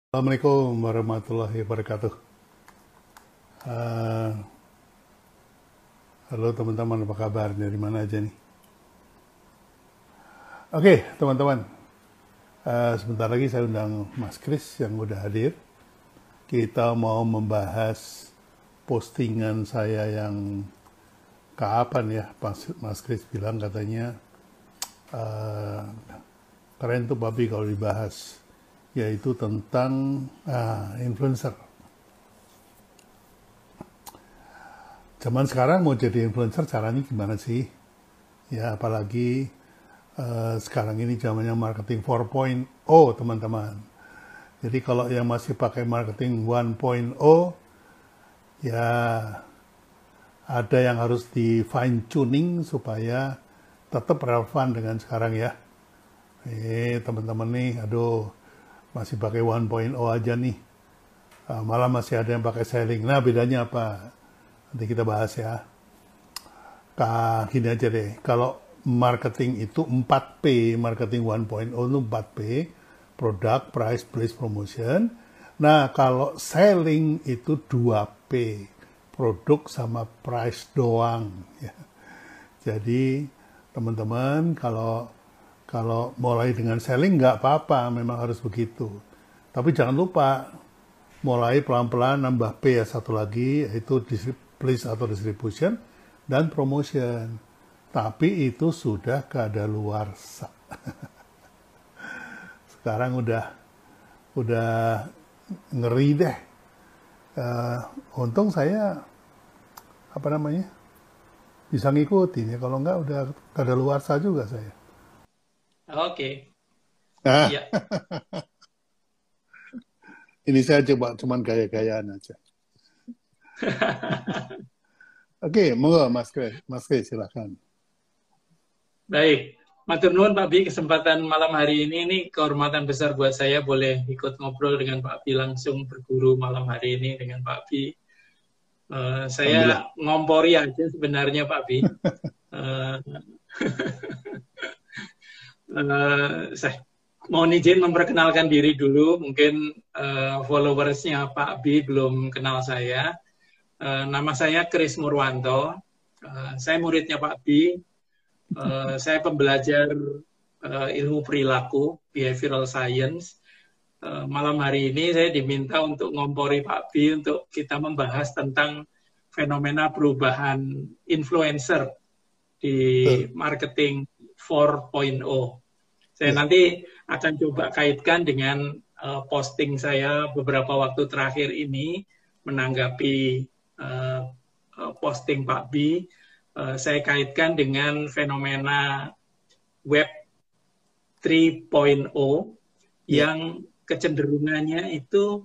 Assalamualaikum warahmatullahi wabarakatuh. Eh, Halo teman-teman, apa kabar? Dari mana aja nih? Oke, teman-teman. Sebentar lagi saya undang Mas Kris yang udah hadir. Kita mau membahas postingan saya yang kapan ya, Mas Kris bilang katanya eh, keren tuh Babi kalau dibahas, yaitu tentang influencer. Zaman sekarang mau jadi influencer caranya gimana sih? Ya apalagi sekarang ini zamannya marketing 4.0 teman-teman. Jadi kalau yang masih pakai marketing 1.0 ya ada yang harus di fine tuning supaya tetap relevan dengan sekarang ya. Teman-teman nih, aduh masih pakai 1.0 aja nih. Malah masih ada yang pakai selling. Nah bedanya apa? Nanti kita bahas ya. Gini aja deh, kalau marketing itu 4P, marketing 1.0 itu 4P, product, price, place, promotion. Nah, kalau selling itu 2P, produk sama price doang. Ya. Jadi, teman-teman, kalau kalau mulai dengan selling nggak apa-apa, memang harus begitu. Tapi jangan lupa, mulai pelan-pelan nambah P ya satu lagi, yaitu place atau distribution, dan promotion. Tapi itu sudah kadaluarsa. Sekarang udah ngeri deh. Untung saya apa namanya bisa ngikutin ya. Kalau nggak udah kadaluarsa juga saya. Oke, Nah, iya. ini saya coba cuman gaya-gayaan aja. Oke, monggo Mas Kris silakan. Baik. Matur nuwun Pak Bi, kesempatan malam hari ini kehormatan besar buat saya boleh ikut ngobrol dengan Pak Bi, langsung berguru malam hari ini dengan Pak Bi. Alhamdulillah. Saya ngompori aja sebenarnya Pak Bi. Eh, saya mohon izin memperkenalkan diri dulu, mungkin followersnya Pak Bi belum kenal saya. Nama saya Kris Murwanto, saya muridnya Pak Bi. Saya pembelajar ilmu perilaku, behavioral science. Malam hari ini saya diminta untuk ngompori Pak Bi untuk kita membahas tentang fenomena perubahan influencer di Betul. marketing 4.0. Saya Ya, nanti akan coba kaitkan dengan posting saya beberapa waktu terakhir ini menanggapi uh, posting Pak Bi. Saya kaitkan dengan fenomena web 3.0 ya, yang kecenderungannya itu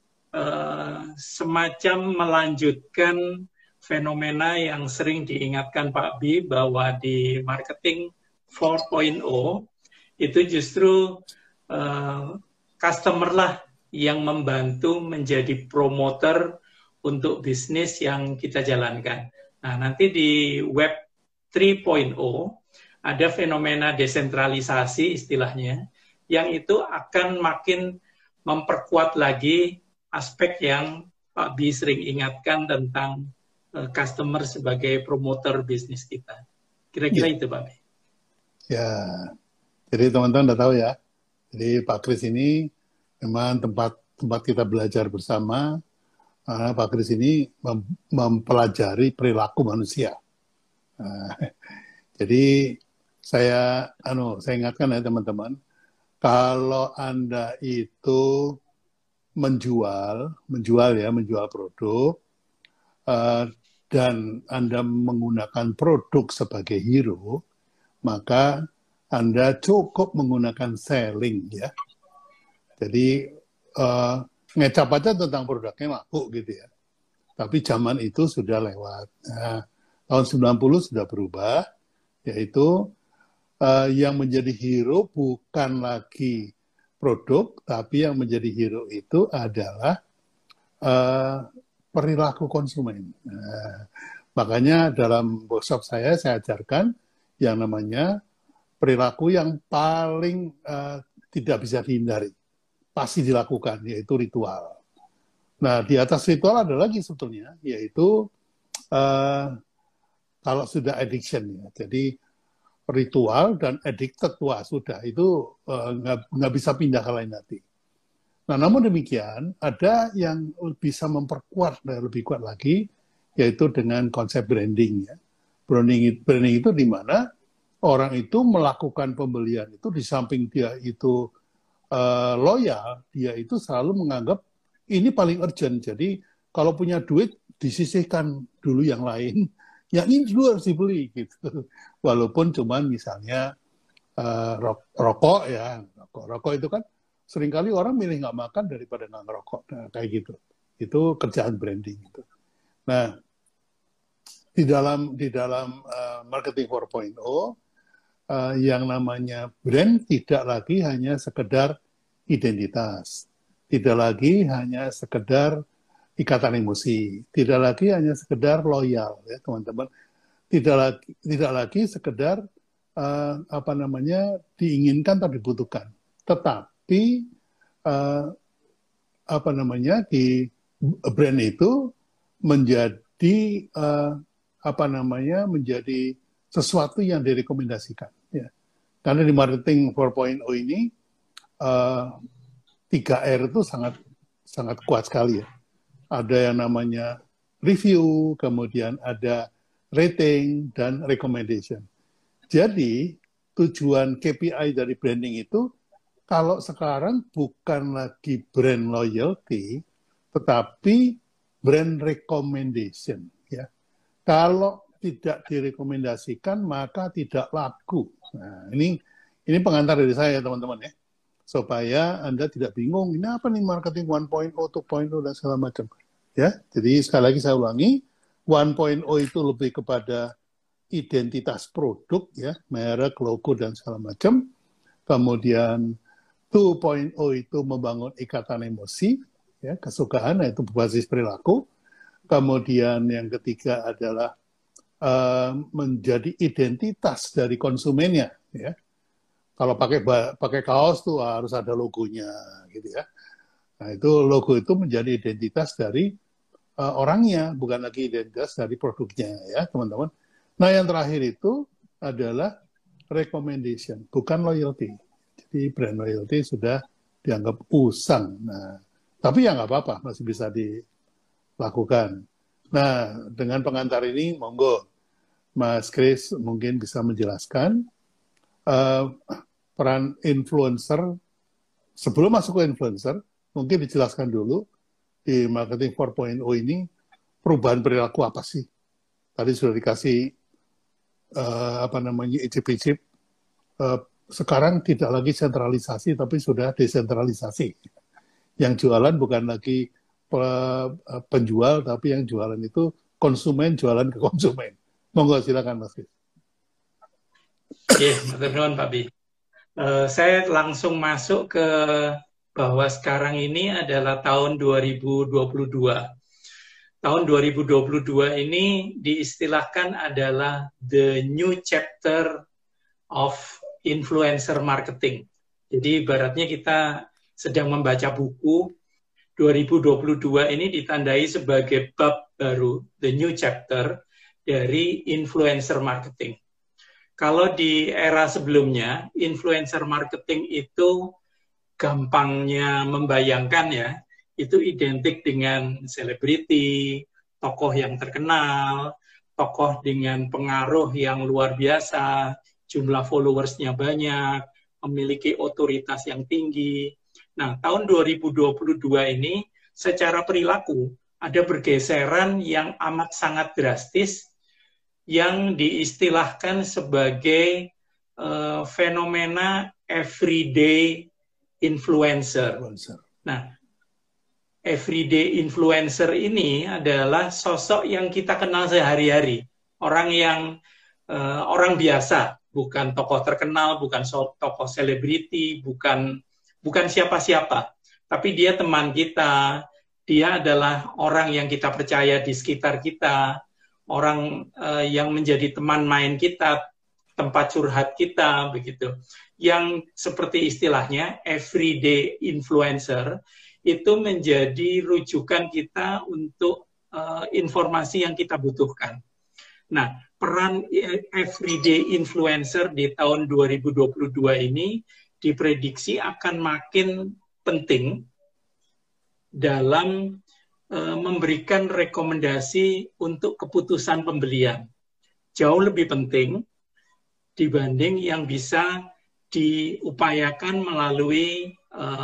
semacam melanjutkan fenomena yang sering diingatkan Pak Bi bahwa di marketing 4.0 itu justru customer lah yang membantu menjadi promoter untuk bisnis yang kita jalankan. Nah, nanti di web 3.0 ada fenomena desentralisasi istilahnya, yang itu akan makin memperkuat lagi aspek yang Pak Bi sering ingatkan tentang customer sebagai promoter bisnis kita. Kira-kira ya, itu Pak Bi. ya. Jadi teman-teman udah tahu ya. Jadi Pak Kris ini memang tempat tempat kita belajar bersama. Pak Kris ini mempelajari perilaku manusia. Nah, jadi saya ingatkan ya teman-teman, kalau Anda itu menjual produk, eh, dan Anda menggunakan produk sebagai hero, maka Anda cukup menggunakan selling ya. Jadi uh, ngecap aja tentang produknya mampu gitu ya. Tapi zaman itu sudah lewat. Nah, tahun 90 sudah berubah, yaitu yang menjadi hero bukan lagi produk, tapi yang menjadi hero itu adalah uh, perilaku konsumen. Nah, makanya dalam workshop saya ajarkan yang namanya perilaku yang paling tidak bisa dihindari. pasti dilakukan, yaitu ritual. Nah, di atas ritual ada lagi sebetulnya, yaitu kalau sudah addiction ya. Jadi ritual dan addicted, wah sudah itu nggak bisa pindah ke lain hati. Nah, namun demikian ada yang bisa memperkuat dan lebih kuat lagi, yaitu dengan konsep branding ya. Branding itu di mana orang itu melakukan pembelian itu di samping dia itu loyal, dia itu selalu menganggap ini paling urgent. Jadi kalau punya duit disisihkan dulu yang lain, yang ini dulu harus dibeli gitu. Walaupun cuman misalnya rokok ya, rokok itu kan seringkali orang milih nggak makan daripada nggak ngerokok, nah, kayak gitu. Itu kerjaan branding itu. Nah, di dalam marketing 4.0 yang namanya brand tidak lagi hanya sekedar identitas, tidak lagi hanya sekedar ikatan emosi, tidak lagi hanya sekedar loyal ya teman-teman, tidak lagi sekedar diinginkan atau dibutuhkan, tetapi di brand itu menjadi menjadi sesuatu yang direkomendasikan ya. Karena di marketing 4.0 ini 3R itu sangat kuat sekali ya. Ada yang namanya review, kemudian ada rating dan recommendation. Jadi tujuan KPI dari branding itu kalau sekarang bukan lagi brand loyalty, tetapi brand recommendation ya. Kalau tidak direkomendasikan maka tidak laku. Nah, ini pengantar dari saya teman-teman ya. Supaya Anda tidak bingung, ini apa nih marketing 1.0, 2.0 dan segala macam. Ya, jadi sekali lagi saya ulangi, 1.0 itu lebih kepada identitas produk ya, merek, logo dan segala macam. Kemudian 2.0 itu membangun ikatan emosi, ya, kesukaan, yaitu berbasis perilaku. Kemudian yang ketiga adalah menjadi identitas dari konsumennya, ya. Kalau pakai kaos tuh harus ada logonya, gitu ya. Nah, itu logo itu menjadi identitas dari orangnya, bukan lagi identitas dari produknya, ya, teman-teman. Nah, yang terakhir itu adalah recommendation, bukan loyalty. Jadi brand loyalty sudah dianggap usang. Nah, tapi ya nggak apa-apa, masih bisa dilakukan. Nah, dengan pengantar ini, monggo Mas Kris mungkin bisa menjelaskan peran influencer. Sebelum masuk ke influencer, mungkin dijelaskan dulu di marketing 4.0 ini perubahan perilaku apa sih? Tadi sudah dikasih icip-icip. Sekarang tidak lagi sentralisasi, tapi sudah desentralisasi. Yang jualan bukan lagi penjual, tapi yang jualan itu konsumen jualan ke konsumen. Monggo silakan Mas. Oke, teman-teman Pak Bi. Saya langsung masuk ke bahwa sekarang ini adalah tahun 2022. Tahun 2022 ini diistilahkan adalah the new chapter of influencer marketing. Jadi ibaratnya kita sedang membaca buku, 2022 ini ditandai sebagai bab baru, the new chapter dari influencer marketing. Kalau di era sebelumnya, influencer marketing itu gampangnya membayangkan ya, itu identik dengan selebriti, tokoh yang terkenal, tokoh dengan pengaruh yang luar biasa, jumlah followersnya banyak, memiliki otoritas yang tinggi. Nah, tahun 2022 ini secara perilaku ada pergeseran yang amat sangat drastis yang diistilahkan sebagai fenomena everyday influencer. Nah, everyday influencer ini adalah sosok yang kita kenal sehari-hari, orang biasa, bukan tokoh terkenal, bukan tokoh selebriti, bukan siapa-siapa, tapi dia teman kita, dia adalah orang yang kita percaya di sekitar kita, orang yang menjadi teman main kita tempat curhat kita begitu. Yang seperti istilahnya everyday influencer itu menjadi rujukan kita untuk informasi yang kita butuhkan. Nah, peran everyday influencer di tahun 2022 ini diprediksi akan makin penting dalam memberikan rekomendasi untuk keputusan pembelian. Jauh lebih penting dibanding yang bisa diupayakan melalui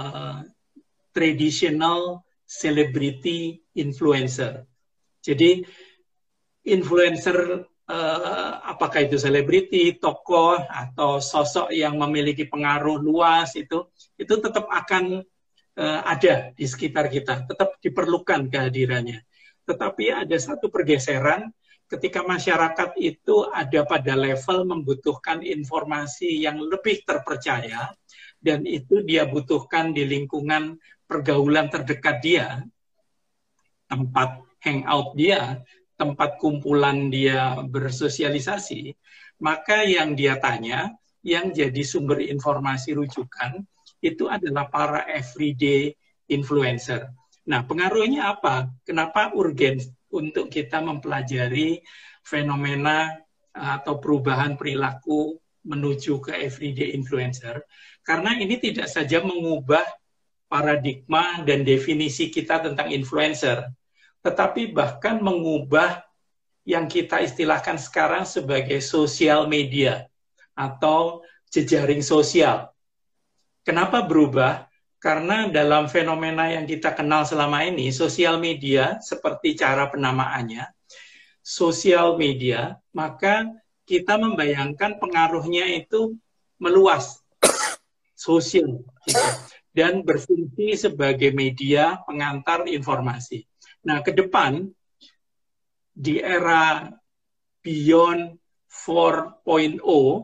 traditional celebrity influencer. Jadi influencer apakah itu selebriti, tokoh atau sosok yang memiliki pengaruh luas itu tetap akan ada di sekitar kita, tetap diperlukan kehadirannya. Tetapi ada satu pergeseran ketika masyarakat itu ada pada level membutuhkan informasi yang lebih terpercaya, dan itu dia butuhkan di lingkungan pergaulan terdekat dia, tempat hangout dia, tempat kumpulan dia bersosialisasi, maka yang dia tanya, yang jadi sumber informasi rujukan, itu adalah para everyday influencer. Nah, pengaruhnya apa? Kenapa urgen untuk kita mempelajari fenomena atau perubahan perilaku menuju ke everyday influencer? Karena ini tidak saja mengubah paradigma dan definisi kita tentang influencer, tetapi bahkan mengubah yang kita istilahkan sekarang sebagai sosial media atau jejaring sosial. Kenapa berubah? Karena dalam fenomena yang kita kenal selama ini, sosial media seperti cara penamaannya, sosial media, maka kita membayangkan pengaruhnya itu meluas, sosial, gitu, dan berfungsi sebagai media pengantar informasi. Nah, ke depan, di era Beyond 4.0,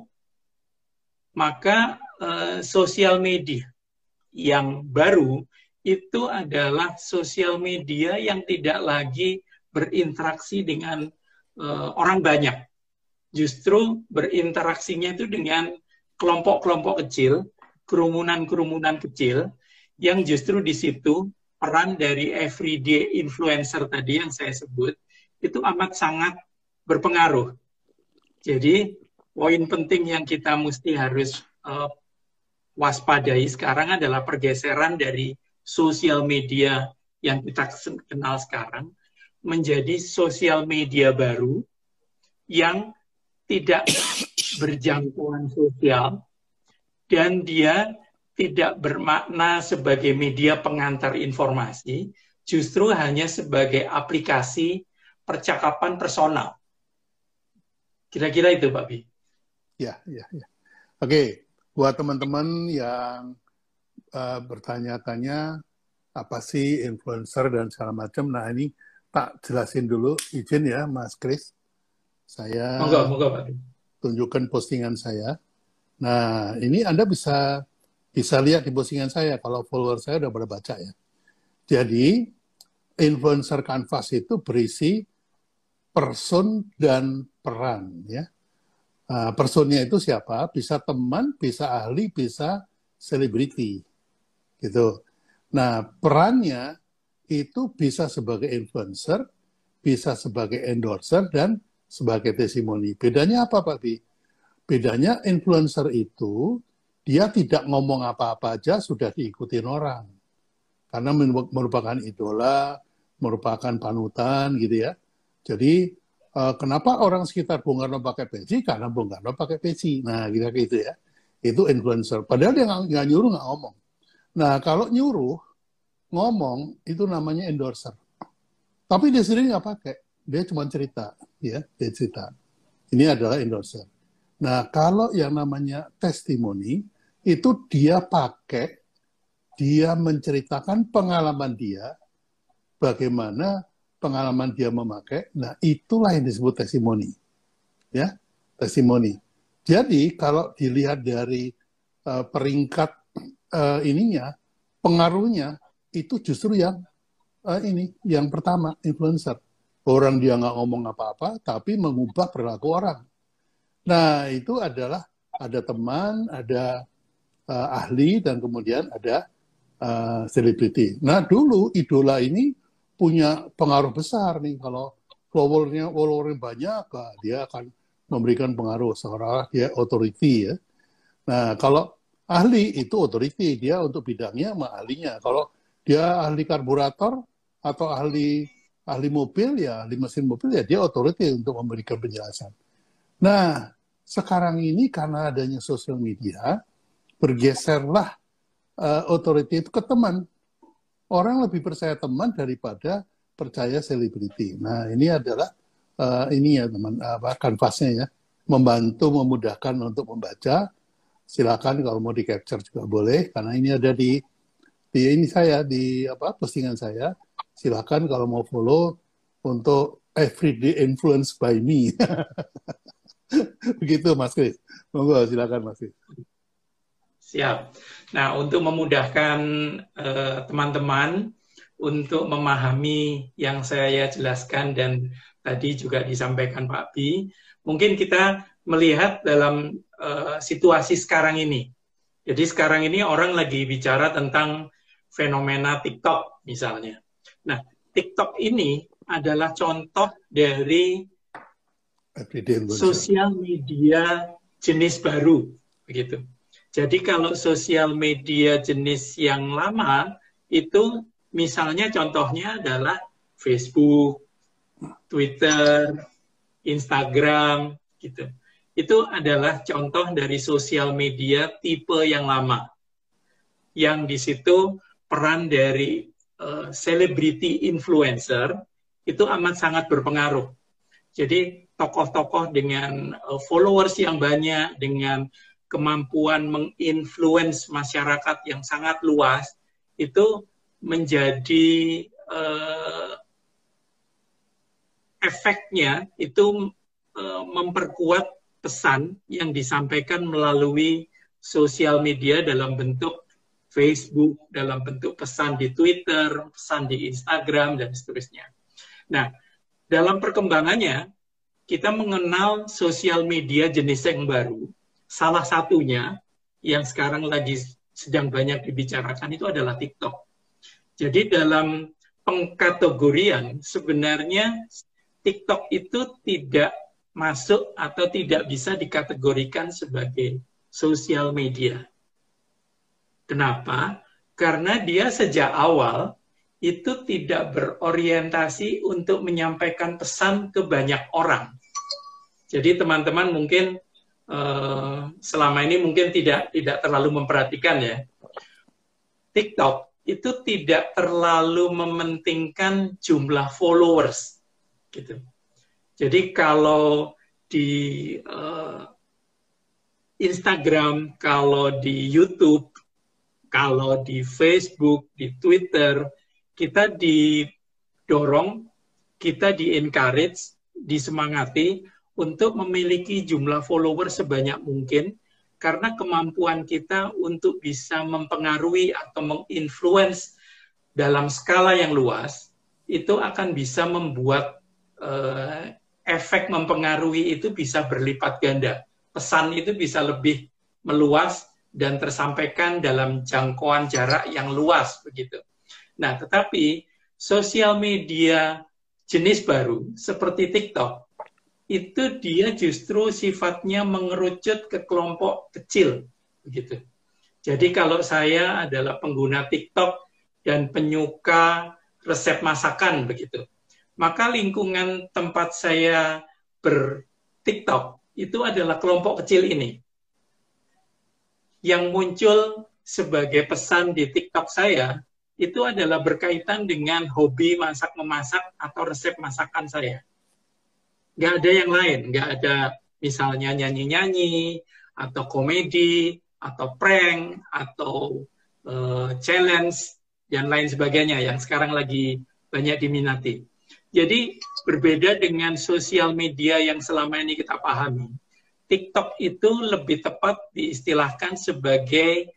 maka sosial media yang baru itu adalah sosial media yang tidak lagi berinteraksi dengan orang banyak. Justru berinteraksinya itu dengan kelompok-kelompok kecil, kerumunan-kerumunan kecil, yang justru di situ peran dari everyday influencer tadi yang saya sebut, itu amat sangat berpengaruh. Jadi, poin penting yang kita mesti harus waspadai sekarang adalah pergeseran dari sosial media yang kita kenal sekarang menjadi sosial media baru yang tidak berjangkauan sosial dan dia tidak bermakna sebagai media pengantar informasi, justru hanya sebagai aplikasi percakapan personal. Kira-kira itu, Pak Bi. Ya. Oke. Buat teman-teman yang bertanya-tanya apa sih influencer dan segala macam, nah ini tak jelasin dulu, izin ya Mas Kris, saya Moga, Pak. tunjukkan postingan saya. Nah ini Anda bisa lihat di postingan saya, kalau follower saya udah pada baca ya. Jadi influencer canvas itu berisi person dan peran ya. Personnya itu siapa? Bisa teman, bisa ahli, bisa selebriti, gitu. Nah, perannya itu bisa sebagai influencer, bisa sebagai endorser, dan sebagai testimoni. Bedanya apa, Pak Bi? Bedanya influencer itu, dia tidak ngomong apa-apa aja sudah diikutin orang. Karena merupakan idola, merupakan panutan, gitu ya. Jadi, kenapa orang sekitar Bung Karno pakai peci? Karena Bung Karno pakai peci. Nah, gitu ya. Itu influencer. Padahal dia nggak nyuruh, nggak ngomong. Nah, kalau nyuruh, ngomong, itu namanya endorser. Tapi dia sendiri nggak pakai. Dia cuma cerita. Ya, dia cerita. Ini adalah endorser. Nah, kalau yang namanya testimoni, itu dia pakai, dia menceritakan pengalaman dia, bagaimana pengalaman dia memakai, nah itulah yang disebut testimoni. Ya, testimoni. Jadi kalau dilihat dari peringkat ininya, pengaruhnya itu justru yang yang pertama, influencer. Orang dia nggak ngomong apa-apa, tapi mengubah perilaku orang. Nah, itu adalah ada teman, ada ahli, dan kemudian ada selebriti. Nah, dulu idola ini punya pengaruh besar nih. Kalau followernya banyak, dia akan memberikan pengaruh seolah dia authority ya. Nah, kalau ahli itu authority, dia untuk bidangnya sama ahlinya. Kalau dia ahli karburator atau ahli mobil ya, ahli mesin mobil ya, dia authority untuk memberikan penjelasan. Nah, sekarang ini karena adanya sosial media, bergeserlah authority itu ke teman. Orang lebih percaya teman daripada percaya selebriti. Nah, ini adalah ini ya teman, kanvasnya ya, membantu memudahkan untuk membaca. Silakan kalau mau di capture juga boleh, karena ini ada di ini saya di postingan saya. Silakan kalau mau follow untuk everyday influence by me. Begitu Mas Kris. Monggo silakan Mas Kris. Siap. Nah, untuk memudahkan teman-teman untuk memahami yang saya jelaskan dan tadi juga disampaikan Pak Bi, mungkin kita melihat dalam situasi sekarang ini. Jadi sekarang ini orang lagi bicara tentang fenomena TikTok misalnya. Nah, TikTok ini adalah contoh dari sosial media jenis baru, begitu. Jadi kalau sosial media jenis yang lama itu misalnya contohnya adalah Facebook, Twitter, Instagram, gitu. Itu adalah contoh dari sosial media tipe yang lama. Yang di situ peran dari celebrity influencer itu amat sangat berpengaruh. Jadi tokoh-tokoh dengan followers yang banyak, dengan kemampuan menginfluence masyarakat yang sangat luas, itu menjadi efeknya itu memperkuat pesan yang disampaikan melalui sosial media dalam bentuk Facebook, dalam bentuk pesan di Twitter, pesan di Instagram, dan seterusnya. Nah, dalam perkembangannya, kita mengenal sosial media jenis yang baru. Salah satunya yang sekarang lagi sedang banyak dibicarakan itu adalah TikTok. Jadi dalam pengkategorian sebenarnya TikTok itu tidak masuk atau tidak bisa dikategorikan sebagai sosial media. Kenapa? Karena dia sejak awal itu tidak berorientasi untuk menyampaikan pesan ke banyak orang. Jadi teman-teman mungkin selama ini mungkin tidak terlalu memperhatikan ya. TikTok itu tidak terlalu mementingkan jumlah followers, gitu. Jadi kalau di Instagram, kalau di YouTube, kalau di Facebook, di Twitter, kita didorong, kita di-encourage, disemangati untuk memiliki jumlah follower sebanyak mungkin, karena kemampuan kita untuk bisa mempengaruhi atau menginfluence dalam skala yang luas, itu akan bisa membuat efek mempengaruhi itu bisa berlipat ganda. Pesan itu bisa lebih meluas dan tersampaikan dalam jangkauan jarak yang luas, begitu. Nah, tetapi sosial media jenis baru seperti TikTok itu dia justru sifatnya mengerucut ke kelompok kecil, begitu. Jadi kalau saya adalah pengguna TikTok dan penyuka resep masakan, begitu, maka lingkungan tempat saya ber-TikTok itu adalah kelompok kecil ini. Yang muncul sebagai pesan di TikTok saya itu adalah berkaitan dengan hobi masak-memasak atau resep masakan saya. Nggak ada yang lain, nggak ada misalnya nyanyi-nyanyi, atau komedi, atau prank, atau challenge, dan lain sebagainya yang sekarang lagi banyak diminati. Jadi berbeda dengan sosial media yang selama ini kita pahami. TikTok itu lebih tepat diistilahkan sebagai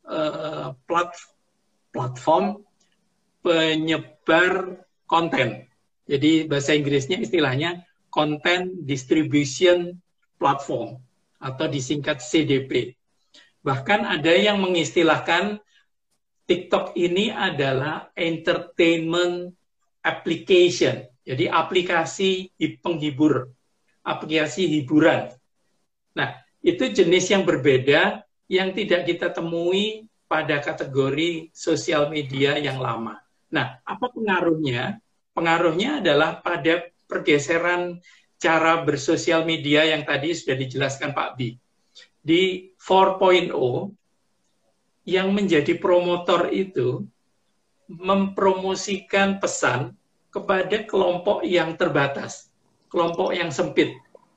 platform penyebar konten. Jadi bahasa Inggrisnya istilahnya content distribution platform atau disingkat CDP. Bahkan ada yang mengistilahkan TikTok ini adalah entertainment application. Jadi aplikasi penghibur, aplikasi hiburan. Nah, itu jenis yang berbeda yang tidak kita temui pada kategori sosial media yang lama. Nah, apa pengaruhnya? Pengaruhnya adalah pada pergeseran cara bersosial media yang tadi sudah dijelaskan Pak Bi. Di 4.0, yang menjadi promotor itu mempromosikan pesan kepada kelompok yang terbatas, kelompok yang sempit.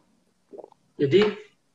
Jadi,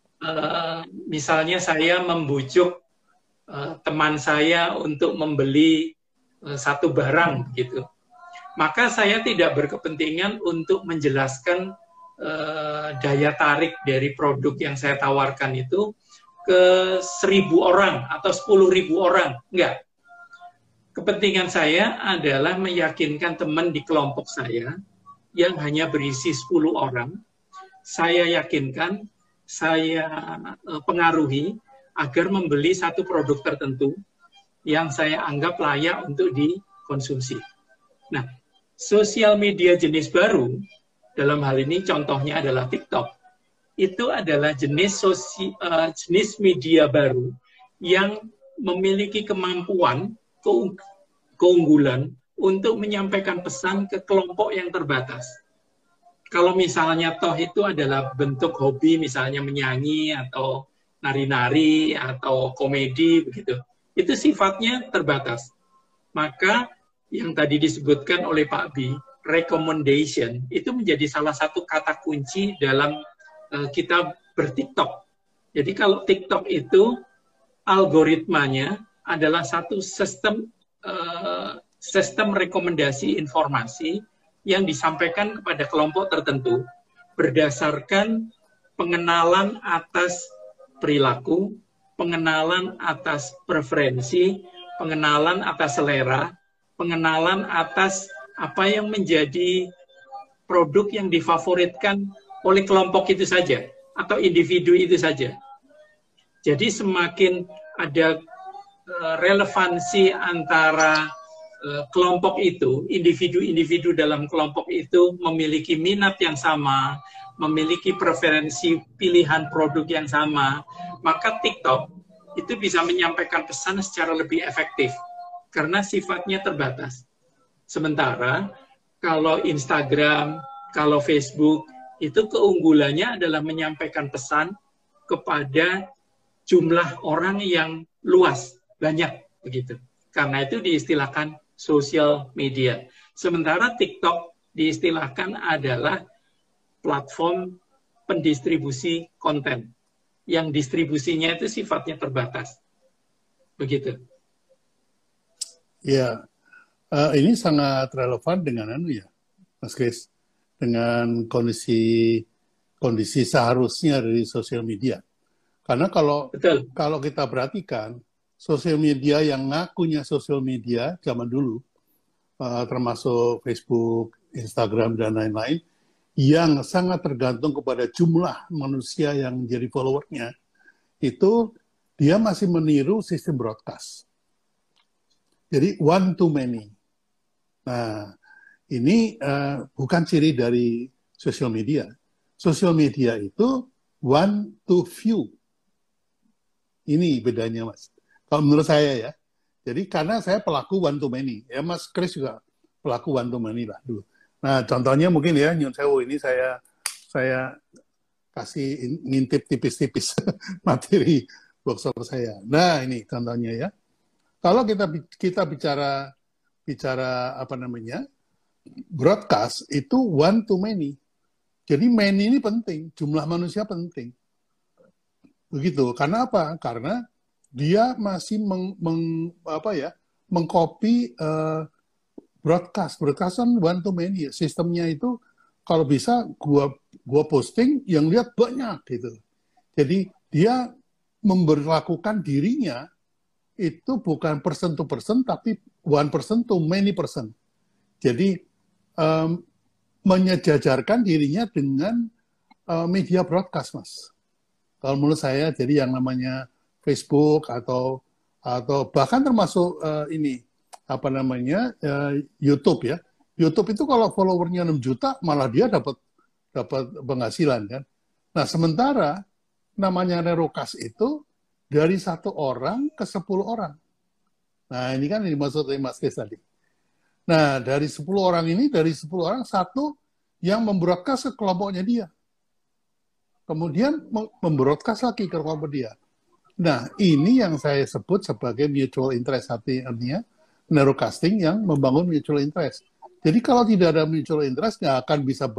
misalnya saya membujuk teman saya untuk membeli satu barang, gitu. Maka saya tidak berkepentingan untuk menjelaskan daya tarik dari produk yang saya tawarkan itu ke 1.000 orang atau 10.000 orang. Enggak. Kepentingan saya adalah meyakinkan teman di kelompok saya yang hanya berisi 10 orang. Saya yakinkan, saya pengaruhi agar membeli satu produk tertentu yang saya anggap layak untuk dikonsumsi. Nah, sosial media jenis baru, dalam hal ini contohnya adalah TikTok, itu adalah jenis media baru yang memiliki kemampuan, keunggulan untuk menyampaikan pesan ke kelompok yang terbatas. Kalau misalnya toh itu adalah bentuk hobi, misalnya menyanyi atau nari-nari atau komedi begitu, itu sifatnya terbatas. Maka yang tadi disebutkan oleh Pak Bi, recommendation, itu menjadi salah satu kata kunci dalam kita ber-TikTok. Jadi kalau TikTok itu algoritmanya adalah satu sistem rekomendasi informasi yang disampaikan kepada kelompok tertentu berdasarkan pengenalan atas perilaku, pengenalan atas preferensi, pengenalan atas selera, pengenalan atas apa yang menjadi produk yang difavoritkan oleh kelompok itu saja atau individu itu saja. Jadi semakin ada relevansi antara kelompok itu, individu-individu dalam kelompok itu memiliki minat yang sama, memiliki preferensi pilihan produk yang sama, maka TikTok itu bisa menyampaikan pesan secara lebih efektif karena sifatnya terbatas. Sementara kalau Instagram, kalau Facebook, itu keunggulannya adalah menyampaikan pesan kepada jumlah orang yang luas, banyak begitu. Karena itu diistilahkan social media. Sementara TikTok diistilahkan adalah platform pendistribusi konten yang distribusinya itu sifatnya terbatas. Begitu. Ya, ini sangat relevan dengan Mas Kris, dengan kondisi seharusnya dari sosial media. Karena kalau kita perhatikan, sosial media yang ngakunya sosial media zaman dulu, termasuk Facebook, Instagram, dan lain-lain, yang sangat tergantung kepada jumlah manusia yang menjadi followernya, itu dia masih meniru sistem broadcast. Jadi one to many. Nah, ini bukan ciri dari sosial media. Sosial media itu one to few. Ini bedanya, Mas. Kalau menurut saya ya. Jadi karena saya pelaku one to many. Ya Mas Kris juga pelaku one to many lah dulu. Nah, contohnya mungkin ya, Nyun Sewu ini saya kasih ngintip tipis-tipis materi workshop saya. Nah, ini contohnya ya. Kalau kita bicara broadcast itu one to many. Jadi many ini penting, jumlah manusia penting. Begitu. Karena apa? Karena dia masih mengcopy broadcast kan one to many. Sistemnya itu kalau bisa gua posting yang lihat banyak gitu. Jadi dia memberlakukan dirinya itu bukan person to person, tapi one person to many person. Jadi menyejajarkan dirinya dengan media broadcast, Mas. Kalau menurut saya, jadi yang namanya Facebook atau bahkan termasuk ini apa namanya YouTube ya. YouTube itu kalau followernya 6 juta, malah dia dapat dapat penghasilan kan. Nah sementara namanya Nerocast itu dari 1 orang ke 10 orang. Nah ini kan yang dimaksud oleh Mas Kris tadi. Nah dari 10 orang ini, dari 10 orang satu yang membroadcast ke kelompoknya dia. Kemudian membroadcast lagi ke kelompok dia. Nah, ini yang saya sebut sebagai mutual interest, artinya narrowcasting yang membangun mutual interest. Jadi kalau tidak ada mutual interest, nggak akan bisa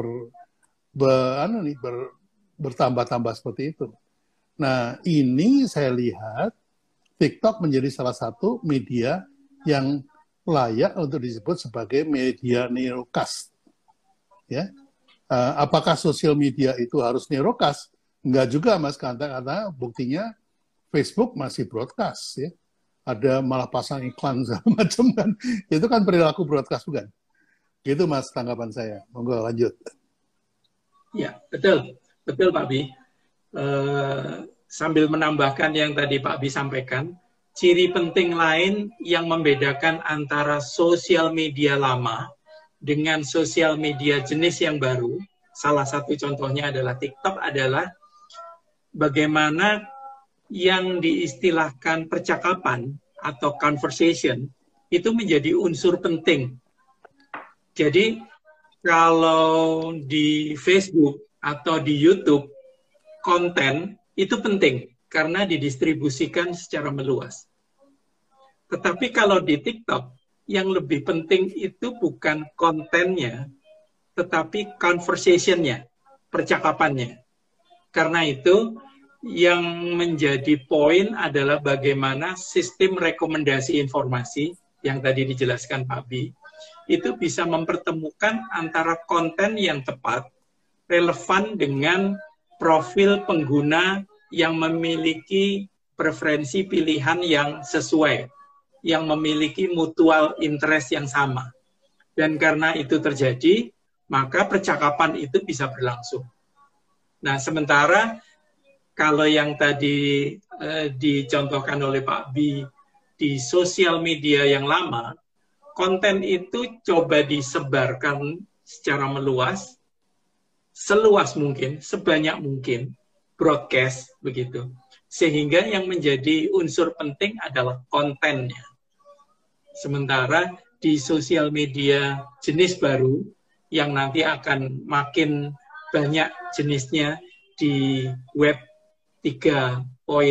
bertambah-tambah seperti itu. Nah, ini saya lihat TikTok menjadi salah satu media yang layak untuk disebut sebagai media narrowcast. Ya, apakah sosial media itu harus narrowcast? Enggak juga, Mas, karena buktinya Facebook masih broadcast, ya. Ada malah pasang iklan segala macam kan. Itu kan perilaku broadcast bukan? Gitu, Mas, tanggapan saya. Monggo lanjut. Ya, betul. Betul, Pak Bi. Sambil menambahkan yang tadi Pak Bi sampaikan, ciri penting lain yang membedakan antara sosial media lama dengan sosial media jenis yang baru, salah satu contohnya adalah TikTok, adalah bagaimana yang diistilahkan percakapan atau conversation itu menjadi unsur penting. Jadi kalau di Facebook atau di YouTube, konten itu penting karena didistribusikan secara meluas. Tetapi kalau di TikTok, yang lebih penting itu bukan kontennya, tetapi conversation-nya, percakapannya. Karena itu, yang menjadi poin adalah bagaimana sistem rekomendasi informasi, yang tadi dijelaskan Pak Bi, itu bisa mempertemukan antara konten yang tepat, relevan dengan profil pengguna yang memiliki preferensi pilihan yang sesuai, yang memiliki mutual interest yang sama. Dan karena itu terjadi, maka percakapan itu bisa berlangsung. Nah, sementara kalau yang tadi dicontohkan oleh Pak Bi di sosial media yang lama, konten itu coba disebarkan secara meluas, seluas mungkin, sebanyak mungkin, broadcast begitu. Sehingga yang menjadi unsur penting adalah kontennya. Sementara di sosial media jenis baru yang nanti akan makin banyak jenisnya di web 3.0,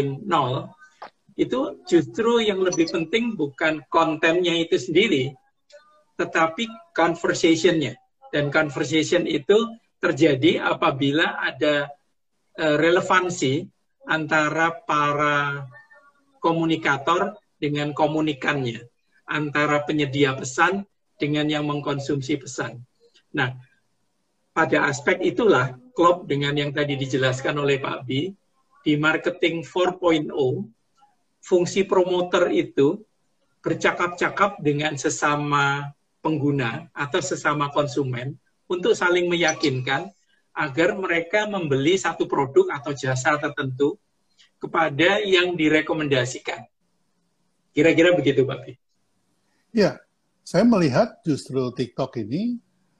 itu justru yang lebih penting bukan kontennya itu sendiri, tetapi conversation-nya. Dan conversation itu terjadi apabila ada relevansi antara para komunikator dengan komunikannya, antara penyedia pesan dengan yang mengkonsumsi pesan. Nah, pada aspek itulah klop dengan yang tadi dijelaskan oleh Pak Bi, di marketing 4.0, fungsi promoter itu bercakap-cakap dengan sesama pengguna atau sesama konsumen untuk saling meyakinkan agar mereka membeli satu produk atau jasa tertentu kepada yang direkomendasikan. Kira-kira begitu, Pak Bi. Ya, saya melihat justru TikTok ini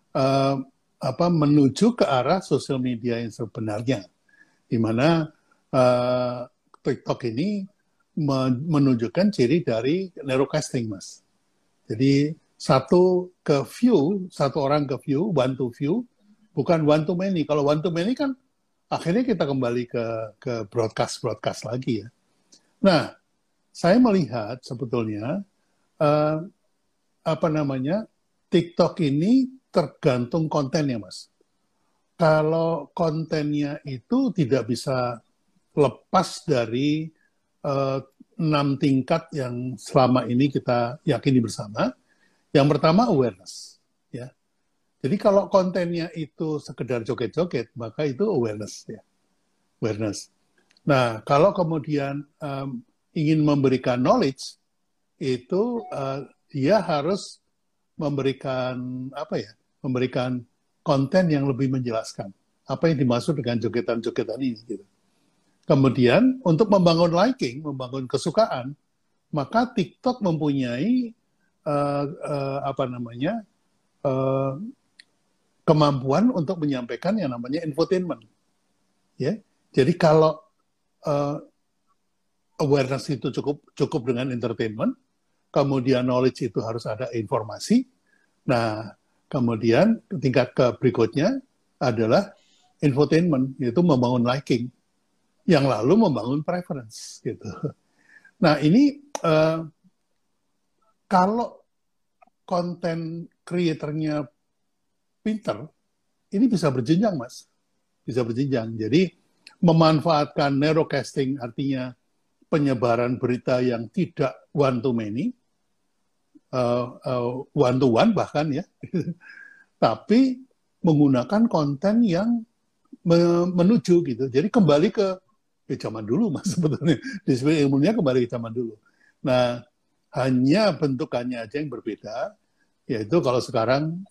menuju ke arah sosial media yang sebenarnya, di mana TikTok ini menunjukkan ciri dari narrowcasting, Mas. Jadi satu orang ke view, one to view, bukan one to many. Kalau one to many kan akhirnya kita kembali ke broadcast lagi ya. Nah, saya melihat sebetulnya TikTok ini tergantung kontennya, Mas. Kalau kontennya itu tidak bisa lepas dari 6 tingkat yang selama ini kita yakini bersama. Yang pertama awareness, ya. Jadi kalau kontennya itu sekedar joget-joget, maka itu awareness, ya. Awareness. Nah, kalau kemudian ingin memberikan knowledge, itu dia harus memberikan konten yang lebih menjelaskan apa yang dimaksud dengan jogetan-jogetan ini, gitu. Kemudian untuk membangun liking, membangun kesukaan, maka TikTok mempunyai kemampuan untuk menyampaikan yang namanya infotainment. Ya, jadi kalau awareness itu cukup dengan entertainment, kemudian knowledge itu harus ada informasi. Nah, kemudian tingkat berikutnya adalah infotainment, yaitu membangun liking, yang lalu membangun preference, gitu. Nah, ini kalau konten creator-nya pinter, ini bisa berjenjang, Mas. Bisa berjenjang. Jadi, memanfaatkan narrowcasting, artinya penyebaran berita yang tidak one-to-many, one-to-one bahkan ya, tapi menggunakan konten yang menuju gitu. Jadi kembali ke zaman dulu, Mas, sebetulnya. Disiplin ilmunya kembali ke zaman dulu. Nah, hanya bentukannya aja yang berbeda, yaitu kalau sekarang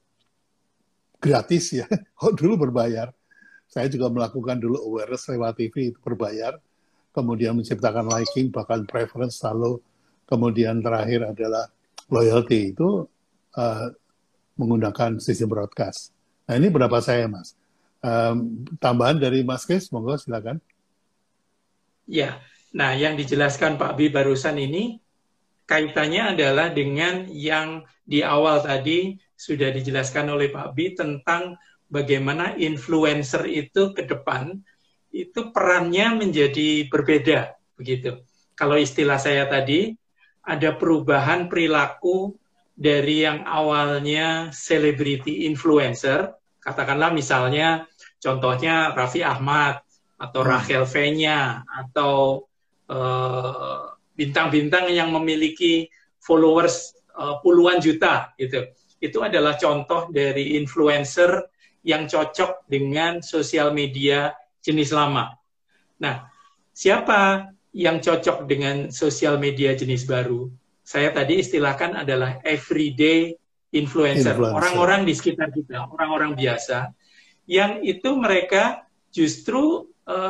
gratis ya, kalau dulu berbayar. Saya juga melakukan dulu awareness lewat TV, itu berbayar. Kemudian menciptakan liking, bahkan preference, lalu kemudian terakhir adalah loyalty, itu menggunakan sistem broadcast. Nah, ini pendapat saya, Mas. Tambahan dari Mas Kris, monggo silakan. Ya, nah yang dijelaskan Pak Bi barusan ini kaitannya adalah dengan yang di awal tadi sudah dijelaskan oleh Pak Bi tentang bagaimana influencer itu ke depan itu perannya menjadi berbeda begitu. Kalau istilah saya tadi ada perubahan perilaku dari yang awalnya selebriti influencer, katakanlah misalnya contohnya Raffi Ahmad atau Rachel Fenya atau bintang-bintang yang memiliki followers puluhan juta gitu. Itu adalah contoh dari influencer yang cocok dengan sosial media jenis lama. Nah, siapa yang cocok dengan sosial media jenis baru? Saya tadi istilahkan adalah everyday influencer. Orang-orang di sekitar kita, orang-orang biasa, yang itu mereka justru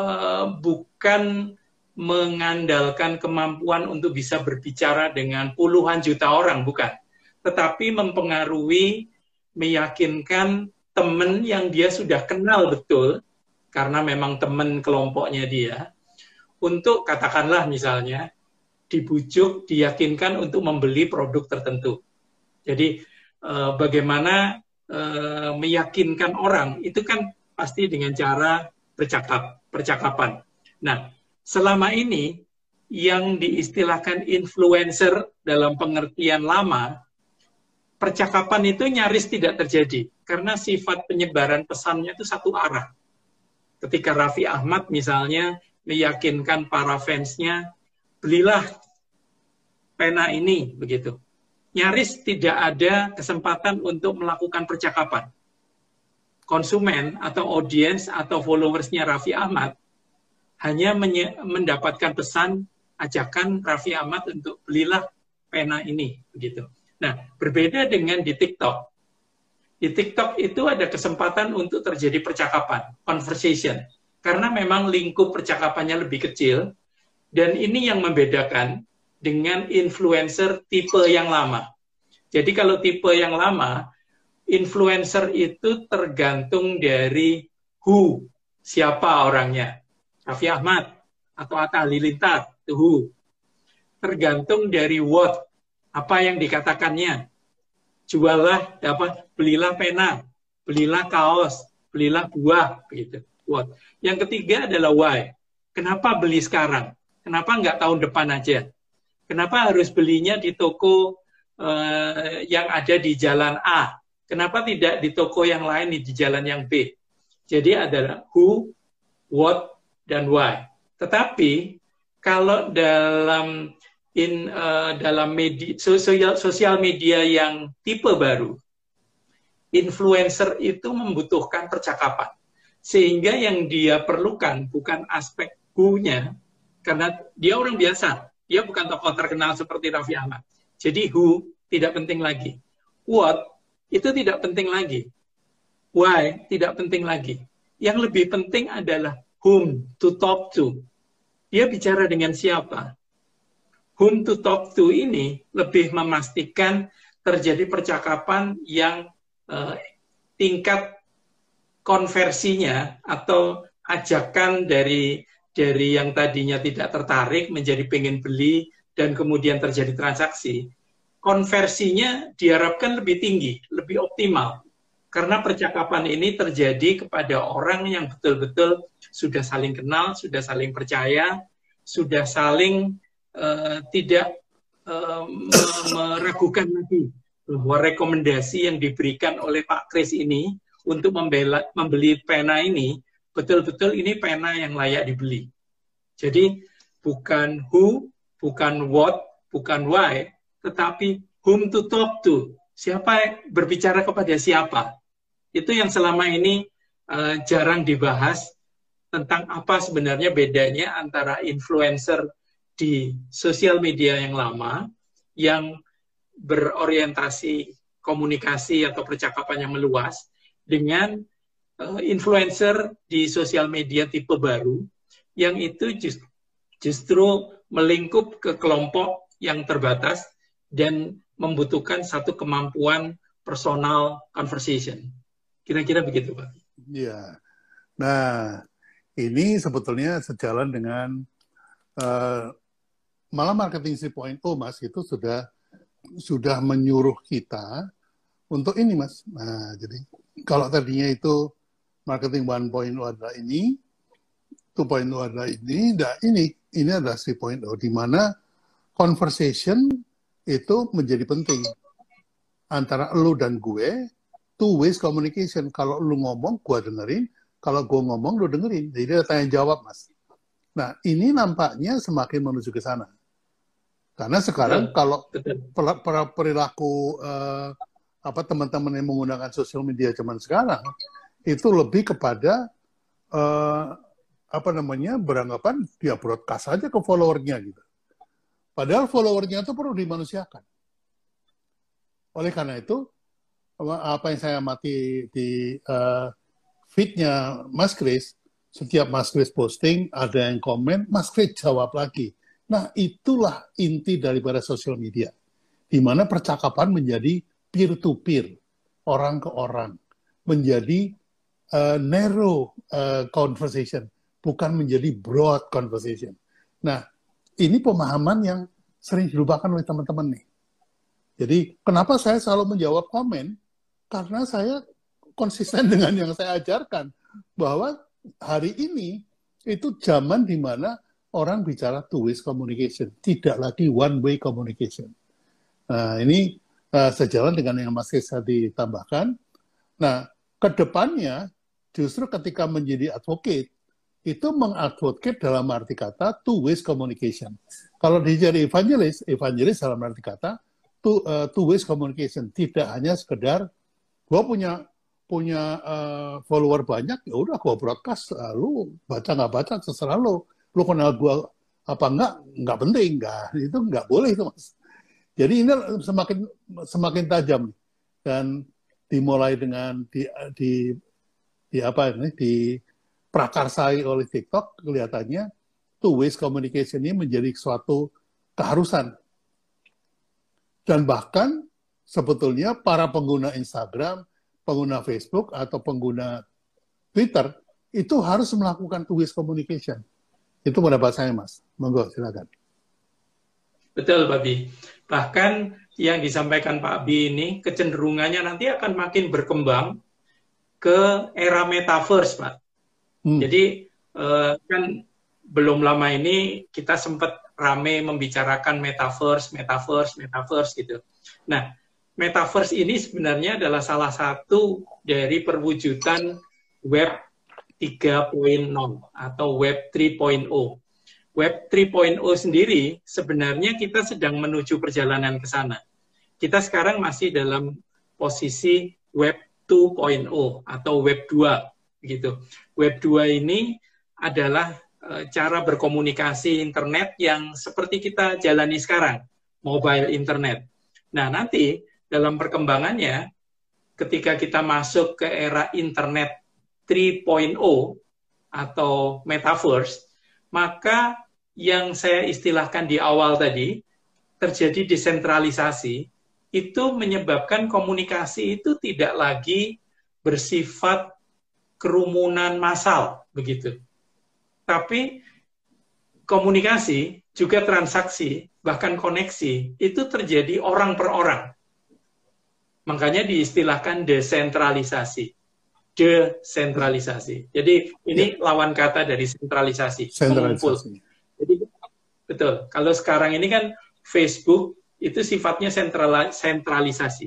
bukan mengandalkan kemampuan untuk bisa berbicara dengan puluhan juta orang, bukan. Tetapi mempengaruhi, meyakinkan teman yang dia sudah kenal betul, karena memang teman kelompoknya dia, untuk katakanlah misalnya, dibujuk, diyakinkan untuk membeli produk tertentu. Jadi bagaimana meyakinkan orang, itu kan pasti dengan cara percakapan. Nah, selama ini yang diistilahkan influencer dalam pengertian lama, percakapan itu nyaris tidak terjadi karena sifat penyebaran pesannya itu satu arah. Ketika Raffi Ahmad misalnya meyakinkan para fansnya, belilah pena ini, begitu. Nyaris tidak ada kesempatan untuk melakukan percakapan. Konsumen atau audiens atau followersnya Raffi Ahmad hanya mendapatkan pesan ajakan Raffi Ahmad untuk belilah pena ini, begitu. Nah, berbeda dengan di TikTok. Di TikTok itu ada kesempatan untuk terjadi percakapan, conversation. Karena memang lingkup percakapannya lebih kecil, dan ini yang membedakan dengan influencer tipe yang lama. Jadi kalau tipe yang lama, influencer itu tergantung dari who, siapa orangnya. Raffi Ahmad atau Atta Halilintar, itu who. Tergantung dari what, apa yang dikatakannya. Jualah, belilah pena, belilah kaos, belilah buah, begitu. What. Yang ketiga adalah why. Kenapa beli sekarang? Kenapa nggak tahun depan aja? Kenapa harus belinya di toko yang ada di jalan A? Kenapa tidak di toko yang lain di jalan yang B? Jadi adalah who, what, dan why. Tetapi kalau dalam media, sosial media yang tipe baru, influencer itu membutuhkan percakapan. Sehingga yang dia perlukan bukan aspek who-nya, karena dia orang biasa, dia bukan tokoh terkenal seperti Raffi Ahmad. Jadi who tidak penting lagi. What itu tidak penting lagi. Why tidak penting lagi. Yang lebih penting adalah whom to talk to. dia bicara dengan siapa. Whom to talk to ini lebih memastikan terjadi percakapan yang tingkat konversinya atau ajakan dari yang tadinya tidak tertarik menjadi pengen beli dan kemudian terjadi transaksi, konversinya diharapkan lebih tinggi, lebih optimal. Karena percakapan ini terjadi kepada orang yang betul-betul sudah saling kenal, sudah saling percaya, sudah saling tidak meragukan lagi bahwa rekomendasi yang diberikan oleh Pak Kris ini untuk membeli pena ini, betul-betul ini pena yang layak dibeli. Jadi bukan who, bukan what, bukan why, tetapi whom to talk to. Siapa berbicara kepada siapa. Itu yang selama ini jarang dibahas tentang apa sebenarnya bedanya antara influencer di sosial media yang lama, yang berorientasi komunikasi atau percakapan yang meluas, dengan influencer di sosial media tipe baru, yang itu justru melingkup ke kelompok yang terbatas dan membutuhkan satu kemampuan personal conversation. Kira-kira begitu, Pak. Iya. Nah, ini sebetulnya sejalan dengan malah marketing 3.0, Mas, itu sudah menyuruh kita untuk ini, Mas. Nah, jadi kalau tadinya itu marketing 1.0 adalah ini, 2.0 adalah ini, dan ini adalah 3.0, di mana conversation itu menjadi penting antara lu dan gue, two ways communication. Kalau lu ngomong, gue dengerin. Kalau gue ngomong, lu dengerin. Jadi ada tanya jawab, Mas. Nah, ini nampaknya semakin menuju ke sana. Karena sekarang kalau perilaku teman-teman yang menggunakan sosial media zaman sekarang, itu lebih kepada beranggapan dia broadcast aja ke followernya gitu. Padahal followernya itu perlu dimanusiakan. Oleh karena itu, apa yang saya amati di feed-nya Mas Kris, setiap Mas Kris posting, ada yang komen, Mas Kris jawab lagi. Nah, itulah inti daripada sosial media. Di mana percakapan menjadi peer-to-peer, orang ke orang. Menjadi narrow conversation, bukan menjadi broad conversation. Nah, ini pemahaman yang sering dilupakan oleh teman-teman nih. Jadi, kenapa saya selalu menjawab komen? Karena saya konsisten dengan yang saya ajarkan. Bahwa hari ini, itu zaman di mana orang bicara two-way communication. Tidak lagi one-way communication. Nah, ini sejalan dengan yang Mas Kris ditambahkan. Nah, ke depannya, justru ketika menjadi advocate, itu mengadvocate dalam arti kata two-way communication. Kalau jadi evangelis dalam arti kata two-way communication. Tidak hanya sekedar gue punya follower banyak, ya udah gue broadcast, lu baca nggak baca terserah lu kenal gue apa nggak penting, itu nggak boleh itu, Mas. Jadi ini semakin tajam dan dimulai dengan diprakarsai oleh TikTok, kelihatannya two-way communication ini menjadi suatu keharusan. Dan bahkan sebetulnya para pengguna Instagram, pengguna Facebook, atau pengguna Twitter, itu harus melakukan two-way communication. Itu pendapat saya, Mas. Monggo, silakan. Betul, Pak Bi. Bahkan yang disampaikan Pak Bi ini, kecenderungannya nanti akan makin berkembang ke era metaverse, Pak. Jadi, kan belum lama ini kita sempat rame membicarakan metaverse gitu. Nah, metaverse ini sebenarnya adalah salah satu dari perwujudan web 3.0 atau web 3.0. Web 3.0 sendiri sebenarnya kita sedang menuju perjalanan ke sana. Kita sekarang masih dalam posisi web 2.0 atau web 2 gitu. Web 2 ini adalah cara berkomunikasi internet yang seperti kita jalani sekarang, mobile internet. Nah, nanti dalam perkembangannya, ketika kita masuk ke era internet 3.0 atau metaverse, maka yang saya istilahkan di awal tadi, terjadi desentralisasi, itu menyebabkan komunikasi itu tidak lagi bersifat kerumunan massal, begitu. Tapi komunikasi, juga transaksi, bahkan koneksi, itu terjadi orang per orang. Makanya diistilahkan desentralisasi. Desentralisasi. Jadi ini lawan kata dari sentralisasi, mengumpul. Jadi betul. Kalau sekarang ini kan Facebook itu sifatnya sentralisasi.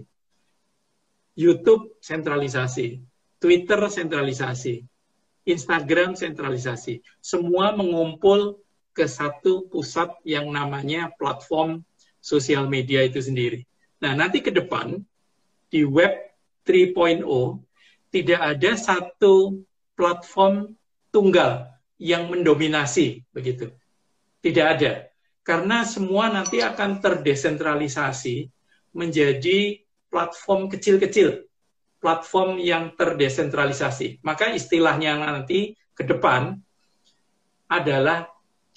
YouTube sentralisasi, Twitter sentralisasi, Instagram sentralisasi. Semua mengumpul ke satu pusat yang namanya platform sosial media itu sendiri. Nah, nanti ke depan di Web 3.0 tidak ada satu platform tunggal yang mendominasi, begitu. Tidak ada. Karena semua nanti akan terdesentralisasi menjadi platform kecil-kecil, platform yang terdesentralisasi. Maka istilahnya nanti ke depan adalah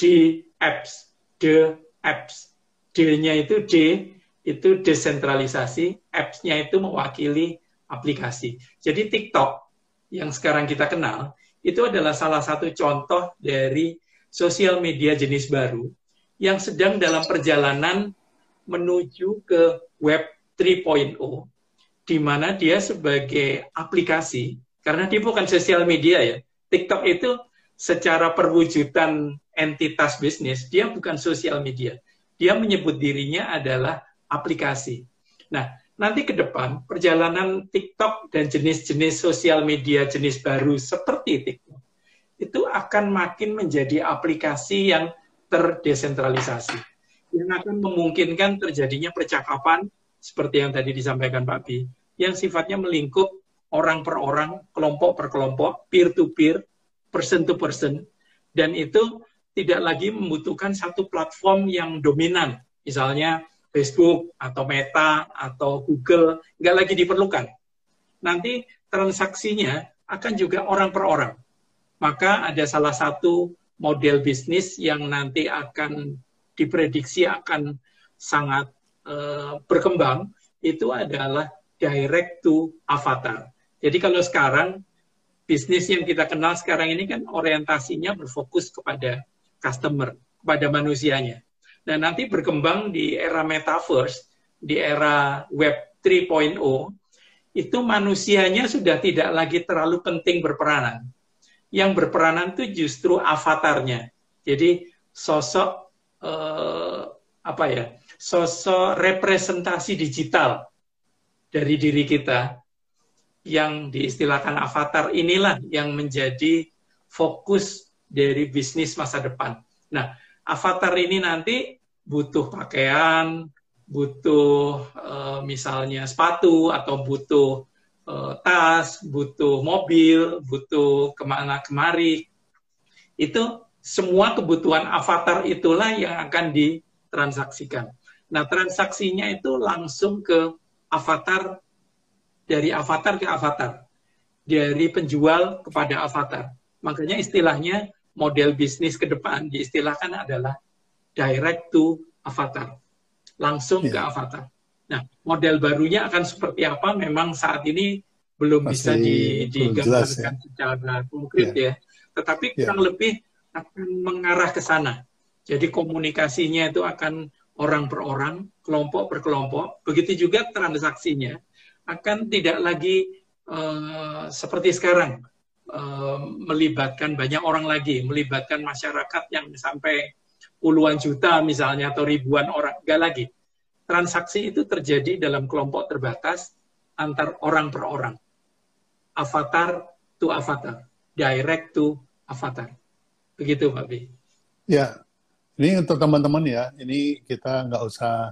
D-apps, D-apps. D-nya itu D, itu desentralisasi, apps-nya itu mewakili aplikasi. Jadi TikTok yang sekarang kita kenal, itu adalah salah satu contoh dari sosial media jenis baru yang sedang dalam perjalanan menuju ke Web 3.0, di mana dia sebagai aplikasi, karena dia bukan sosial media ya, TikTok itu secara perwujudan entitas bisnis, dia bukan sosial media. Dia menyebut dirinya adalah aplikasi. Nah, nanti ke depan, perjalanan TikTok dan jenis-jenis sosial media jenis baru seperti TikTok, itu akan makin menjadi aplikasi yang terdesentralisasi. Yang akan memungkinkan terjadinya percakapan, seperti yang tadi disampaikan Pak Bi, yang sifatnya melingkup orang per orang, kelompok per kelompok, peer-to-peer, person-to-person, dan itu tidak lagi membutuhkan satu platform yang dominan, misalnya Facebook atau Meta atau Google, nggak lagi diperlukan. Nanti transaksinya akan juga orang per orang. Maka ada salah satu model bisnis yang nanti akan diprediksi akan sangat berkembang, itu adalah direct to avatar. Jadi kalau sekarang, bisnis yang kita kenal sekarang ini kan orientasinya berfokus kepada customer, kepada manusianya. Dan nanti berkembang di era metaverse, di era Web 3.0, itu manusianya sudah tidak lagi terlalu penting berperanan. Yang berperanan itu justru avatarnya. Jadi sosok sosok representasi digital dari diri kita yang diistilahkan avatar, inilah yang menjadi fokus dari bisnis masa depan. Nah, avatar ini nanti butuh pakaian, butuh misalnya sepatu, atau butuh tas, butuh mobil, butuh kemana-kemari. Itu semua kebutuhan avatar itulah yang akan ditransaksikan. Nah, transaksinya itu langsung ke avatar, dari avatar ke avatar, dari penjual kepada avatar. Makanya istilahnya model bisnis ke depan diistilahkan adalah direct to avatar, langsung ke avatar. Nah, model barunya akan seperti apa memang saat ini belum bisa digambarkan secara konkret ya. Tetapi kurang lebih akan mengarah ke sana. Jadi komunikasinya itu akan orang per orang, kelompok per kelompok. Begitu juga transaksinya akan tidak lagi seperti sekarang, melibatkan banyak orang lagi, melibatkan masyarakat yang sampai puluhan juta misalnya, atau ribuan orang. Enggak lagi. Transaksi itu terjadi dalam kelompok terbatas antar orang per orang. Avatar to avatar. Direct to avatar. Begitu Pak Bi. Ya, ini untuk teman-teman ya, ini kita nggak usah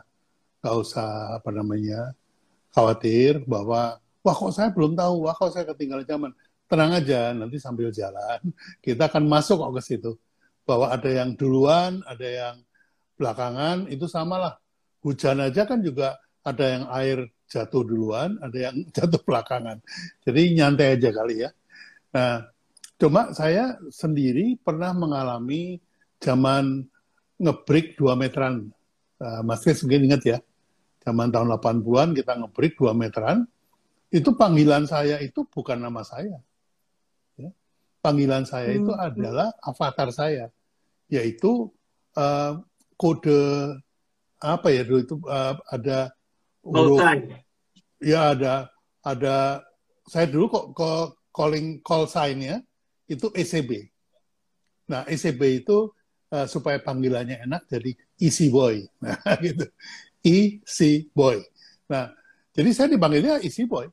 khawatir bahwa wah kok saya belum tahu, wah kok saya ketinggalan zaman. Tenang aja, nanti sambil jalan kita akan masuk kok ke situ. Bahwa ada yang duluan, ada yang belakangan, itu samalah. Hujan aja kan juga ada yang air jatuh duluan, ada yang jatuh belakangan. Jadi nyantai aja kali ya. Nah, cuma saya sendiri pernah mengalami zaman nge-break 2 meteran. Mas Kris mungkin ingat ya, zaman tahun 80-an kita nge-break 2 meteran, itu panggilan saya itu bukan nama saya. Ya. Panggilan saya itu adalah avatar saya, yaitu kode apa ya dulu itu ada huruf, ya ada saya dulu kok call sign-nya itu ECB. Nah, ECB itu supaya panggilannya enak jadi Easy Boy. Nah, gitu. Easy Boy. Nah, jadi saya dipanggilnya Easy Boy.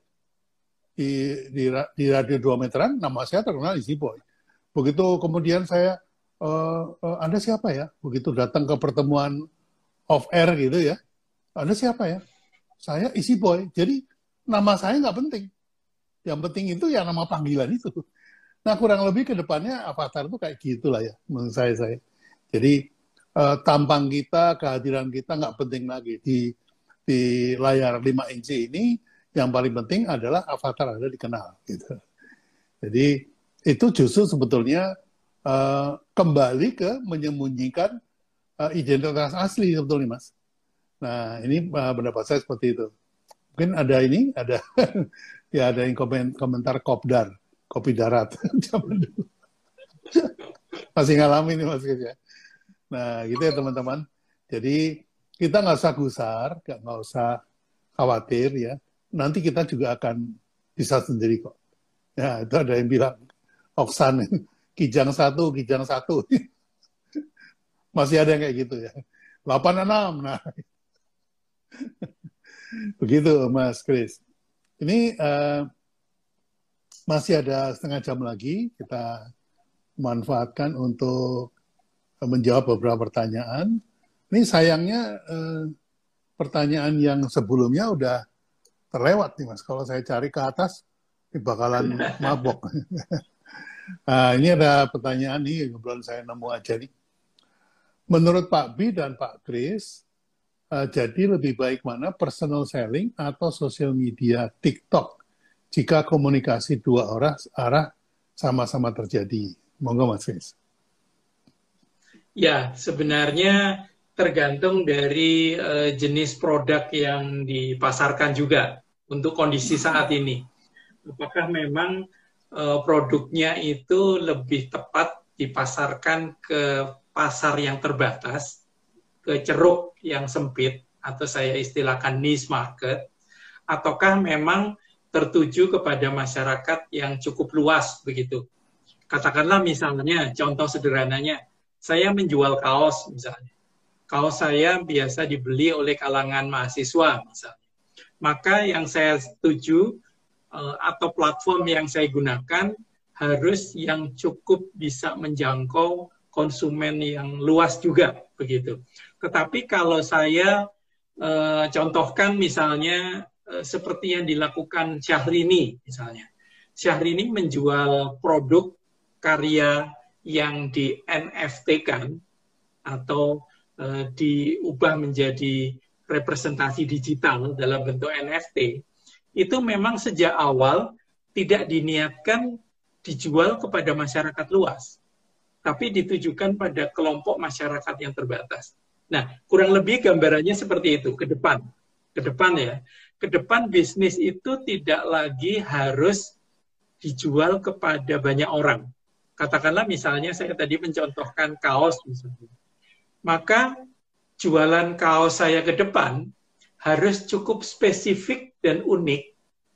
Di radio 2 meteran, nama saya terkenal Easy Boy. Begitu kemudian saya, Anda siapa ya? Begitu datang ke pertemuan off-air gitu ya, Anda siapa ya? Saya Easy Boy. Jadi, nama saya nggak penting. Yang penting itu ya nama panggilan itu. Nah, kurang lebih ke depannya avatar itu kayak gitulah ya, menurut saya. Jadi, tampang kita, kehadiran kita nggak penting lagi. Di layar 5 inci ini, yang paling penting adalah avatar Anda dikenal. Gitu. Jadi, itu justru sebetulnya kembali ke menyembunyikan identitas asli sebetulnya, Mas. Nah, ini pendapat saya seperti itu. Mungkin ada ya ada yang komentar kopdar, kopi darat. Zaman dulu. Masih ngalamin nih Mas Kris ya. Nah, gitu ya teman-teman. Jadi kita nggak usah gusar, nggak usah khawatir ya. Nanti kita juga akan bisa sendiri kok. Ya, itu ada yang bilang, Oksan, kijang satu. Masih ada yang kayak gitu ya. 86, nah. Begitu Mas Kris. Ini masih ada setengah jam lagi, kita manfaatkan untuk menjawab beberapa pertanyaan. Ini sayangnya pertanyaan yang sebelumnya udah terlewat nih Mas. Kalau saya cari ke atas, ini bakalan mabok. Nah, ini ada pertanyaan nih, kebetulan saya nemu aja nih. Menurut Pak B dan Pak Kris, jadi lebih baik mana personal selling atau social media TikTok jika komunikasi dua arah sama-sama terjadi? Monggo Mas Kris. Ya, sebenarnya tergantung dari jenis produk yang dipasarkan juga untuk kondisi saat ini. Apakah memang produknya itu lebih tepat dipasarkan ke pasar yang terbatas, ke ceruk yang sempit, atau saya istilahkan niche market, ataukah memang tertuju kepada masyarakat yang cukup luas begitu. Katakanlah misalnya, contoh sederhananya, saya menjual kaos misalnya. Kaos saya biasa dibeli oleh kalangan mahasiswa misalnya. Maka yang saya setuju atau platform yang saya gunakan harus yang cukup bisa menjangkau konsumen yang luas juga begitu. Tetapi kalau saya contohkan misalnya seperti yang dilakukan Syahrini misalnya. Syahrini menjual produk karya yang di NFT-kan atau diubah menjadi representasi digital dalam bentuk NFT, itu memang sejak awal tidak diniatkan dijual kepada masyarakat luas, tapi ditujukan pada kelompok masyarakat yang terbatas. Nah, kurang lebih gambarannya seperti itu ke depan ya. Ke depan bisnis itu tidak lagi harus dijual kepada banyak orang. Katakanlah misalnya saya tadi mencontohkan kaos misalnya. Maka jualan kaos saya ke depan harus cukup spesifik dan unik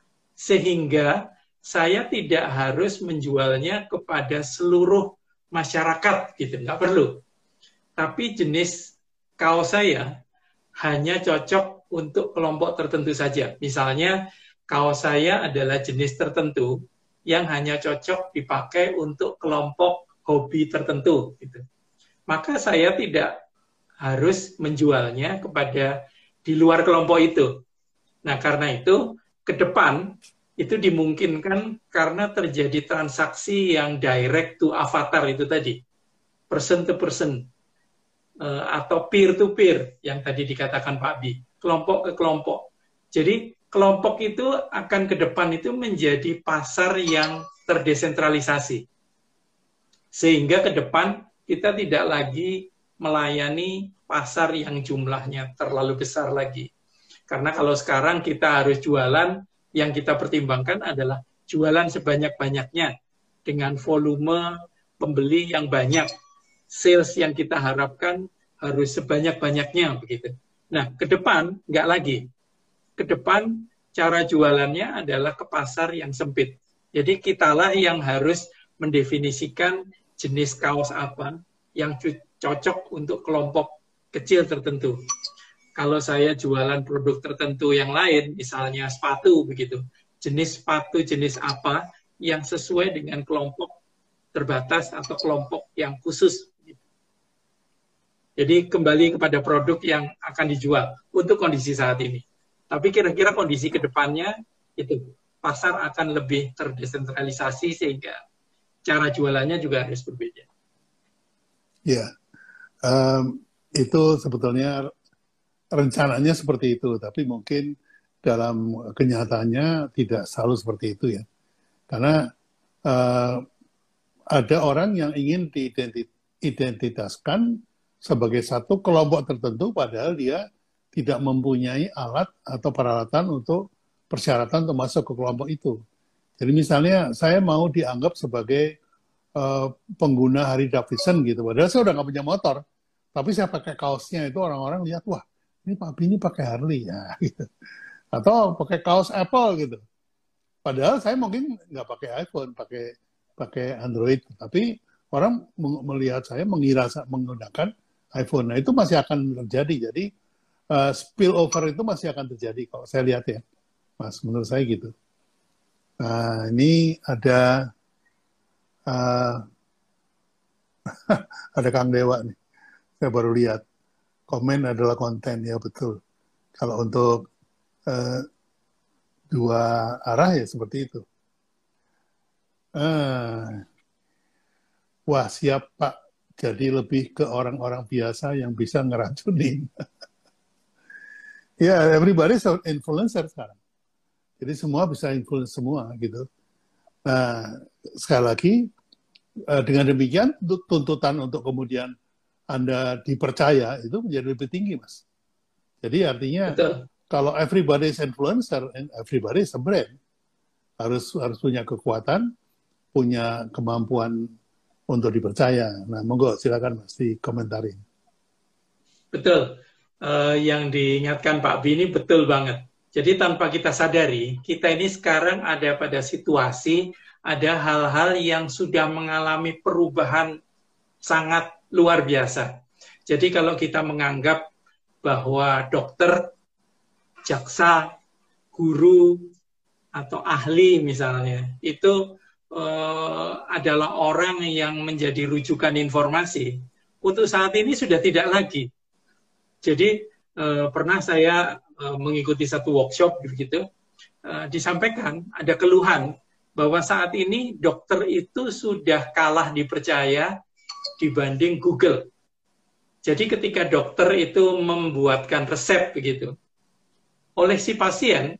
sehingga saya tidak harus menjualnya kepada seluruh masyarakat gitu, nggak perlu. Tapi jenis kaos saya hanya cocok untuk kelompok tertentu saja. Misalnya kaos saya adalah jenis tertentu yang hanya cocok dipakai untuk kelompok hobi tertentu gitu. Maka saya tidak harus menjualnya kepada di luar kelompok itu. Nah, karena itu ke depan itu dimungkinkan karena terjadi transaksi yang direct to avatar itu tadi, person to person, atau peer to peer yang tadi dikatakan Pak Bi, kelompok ke kelompok. Jadi kelompok itu akan ke depan itu menjadi pasar yang terdesentralisasi. Sehingga ke depan kita tidak lagi melayani pasar yang jumlahnya terlalu besar lagi. Karena kalau sekarang kita harus jualan, yang kita pertimbangkan adalah jualan sebanyak-banyaknya dengan volume pembeli yang banyak. Sales yang kita harapkan harus sebanyak-banyaknya begitu. Nah, ke depan nggak lagi. Ke depan cara jualannya adalah ke pasar yang sempit. Jadi kitalah yang harus mendefinisikan jenis kaos apa yang cocok untuk kelompok kecil tertentu. Kalau saya jualan produk tertentu yang lain, misalnya sepatu begitu, jenis sepatu jenis apa yang sesuai dengan kelompok terbatas atau kelompok yang khusus. Jadi kembali kepada produk yang akan dijual untuk kondisi saat ini. Tapi kira-kira kondisi ke depannya itu pasar akan lebih terdesentralisasi sehingga cara jualannya juga harus berbeda. Ya, itu sebetulnya rencananya seperti itu, tapi mungkin dalam kenyataannya tidak selalu seperti itu ya. Karena ada orang yang ingin diidentitaskan sebagai satu kelompok tertentu, padahal dia tidak mempunyai alat atau peralatan untuk persyaratan untuk masuk ke kelompok itu. Jadi misalnya saya mau dianggap sebagai pengguna Harley Davidson gitu, padahal saya udah nggak punya motor, tapi saya pakai kaosnya itu orang-orang lihat, wah ini Pak Abi ini pakai Harley ya, gitu. Atau pakai kaos Apple gitu. Padahal saya mungkin nggak pakai iPhone, pakai Android, tapi orang melihat saya mengira menggunakan iPhone. Nah itu masih akan terjadi. Jadi spillover itu masih akan terjadi kalau saya lihat ya, Mas. Menurut saya gitu. Nah ini ada ada Kang Dewa nih. Saya baru lihat. Komen adalah konten, ya betul. Kalau untuk dua arah ya seperti itu. Wah, siap Pak. Jadi lebih ke orang-orang biasa yang bisa ngeracunin. Ya, everybody is an influencer sekarang. Jadi semua bisa influence semua gitu. Nah, sekali lagi, dengan demikian tuntutan untuk kemudian Anda dipercaya itu menjadi lebih tinggi, Mas. Jadi artinya Betul. Kalau everybody is influencer and everybody is a brand, harus punya kekuatan, punya kemampuan untuk dipercaya. Nah, monggo silakan Mas dikomentarin. Betul. Yang diingatkan Pak B ini betul banget. Jadi tanpa kita sadari, kita ini sekarang ada pada situasi, ada hal-hal yang sudah mengalami perubahan sangat luar biasa. Jadi kalau kita menganggap bahwa dokter, jaksa, guru, atau ahli misalnya, itu adalah orang yang menjadi rujukan informasi, untuk saat ini sudah tidak lagi. Jadi pernah saya mengikuti satu workshop begitu, disampaikan ada keluhan bahwa saat ini dokter itu sudah kalah dipercaya dibanding Google. Jadi ketika dokter itu membuatkan resep begitu, oleh si pasien,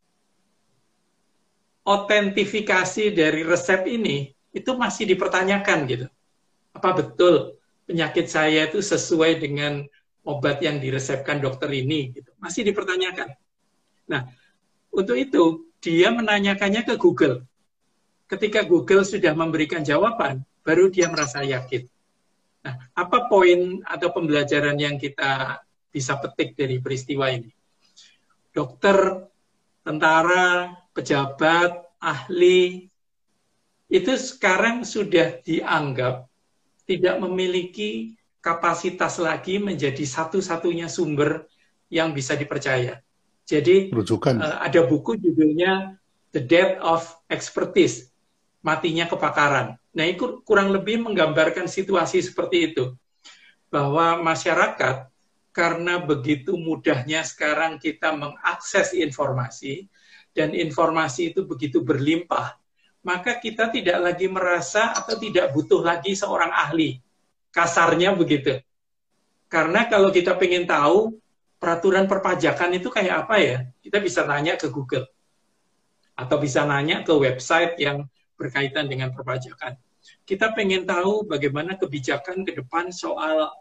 otentifikasi dari resep ini itu masih dipertanyakan gitu. Apa betul penyakit saya itu sesuai dengan obat yang diresepkan dokter ini? Gitu. Masih dipertanyakan. Nah, untuk itu dia menanyakannya ke Google. Ketika Google sudah memberikan jawaban, baru dia merasa yakin. Nah, apa poin atau pembelajaran yang kita bisa petik dari peristiwa ini? Dokter, tentara, pejabat, ahli, itu sekarang sudah dianggap tidak memiliki kapasitas lagi menjadi satu-satunya sumber yang bisa dipercaya. Jadi ada buku judulnya The Death of Expertise, matinya kepakaran. Nah, itu kurang lebih menggambarkan situasi seperti itu. Bahwa masyarakat, karena begitu mudahnya sekarang kita mengakses informasi, dan informasi itu begitu berlimpah, maka kita tidak lagi merasa atau tidak butuh lagi seorang ahli. Kasarnya begitu. Karena kalau kita pengen tahu peraturan perpajakan itu kayak apa ya, kita bisa nanya ke Google. Atau bisa nanya ke website yang berkaitan dengan perpajakan. Kita pengen tahu bagaimana kebijakan ke depan soal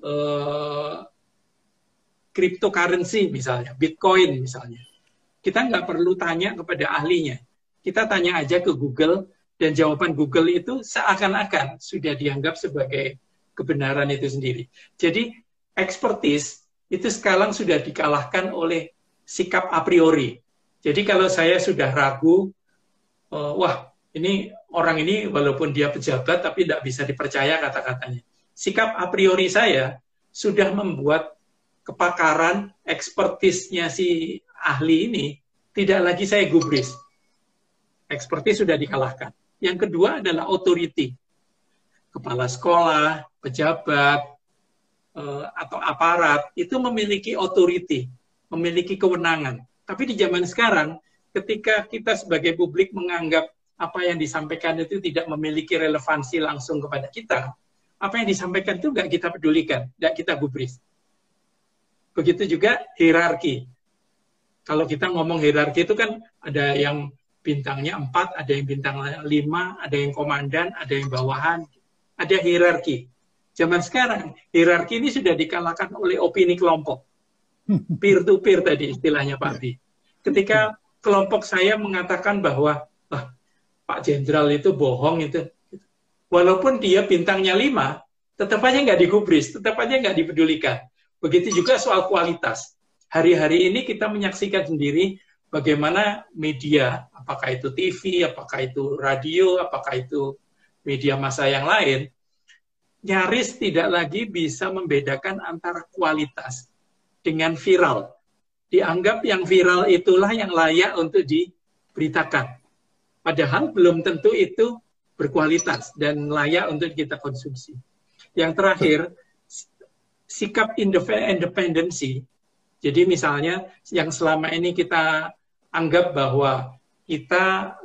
cryptocurrency misalnya, Bitcoin misalnya. Kita nggak perlu tanya kepada ahlinya. Kita tanya aja ke Google, dan jawaban Google itu seakan-akan sudah dianggap sebagai kebenaran itu sendiri. Jadi, expertise itu sekarang sudah dikalahkan oleh sikap a priori. Jadi, kalau saya sudah ragu, wah, ini orang ini walaupun dia pejabat, tapi tidak bisa dipercaya kata-katanya. Sikap a priori saya sudah membuat kepakaran, ekspertisnya si ahli ini tidak lagi saya gubris. Ekspertis sudah dikalahkan. Yang kedua adalah authority. Kepala sekolah, pejabat, atau aparat itu memiliki authority, memiliki kewenangan. Tapi di zaman sekarang, ketika kita sebagai publik menganggap apa yang disampaikan itu tidak memiliki relevansi langsung kepada kita, apa yang disampaikan itu nggak kita pedulikan, nggak kita gubris. Begitu juga hierarki. Kalau kita ngomong hierarki itu kan ada yang bintangnya 4, ada yang bintangnya 5, ada yang komandan, ada yang bawahan. Ada hierarki. Zaman sekarang, hierarki ini sudah dikalahkan oleh opini kelompok. Peer-to-peer tadi istilahnya Pak Abi. Ketika kelompok saya mengatakan bahwa Pak Jenderal itu bohong, itu walaupun dia bintangnya 5, tetap aja nggak digubris, tetap aja nggak dipedulikan. Begitu juga soal kualitas. Hari-hari ini kita menyaksikan sendiri bagaimana media, apakah itu TV, apakah itu radio, apakah itu media massa yang lain, nyaris tidak lagi bisa membedakan antara kualitas dengan viral. Dianggap yang viral itulah yang layak untuk diberitakan. Padahal belum tentu itu berkualitas dan layak untuk kita konsumsi. Yang terakhir, sikap independensi. Jadi misalnya yang selama ini kita anggap bahwa kita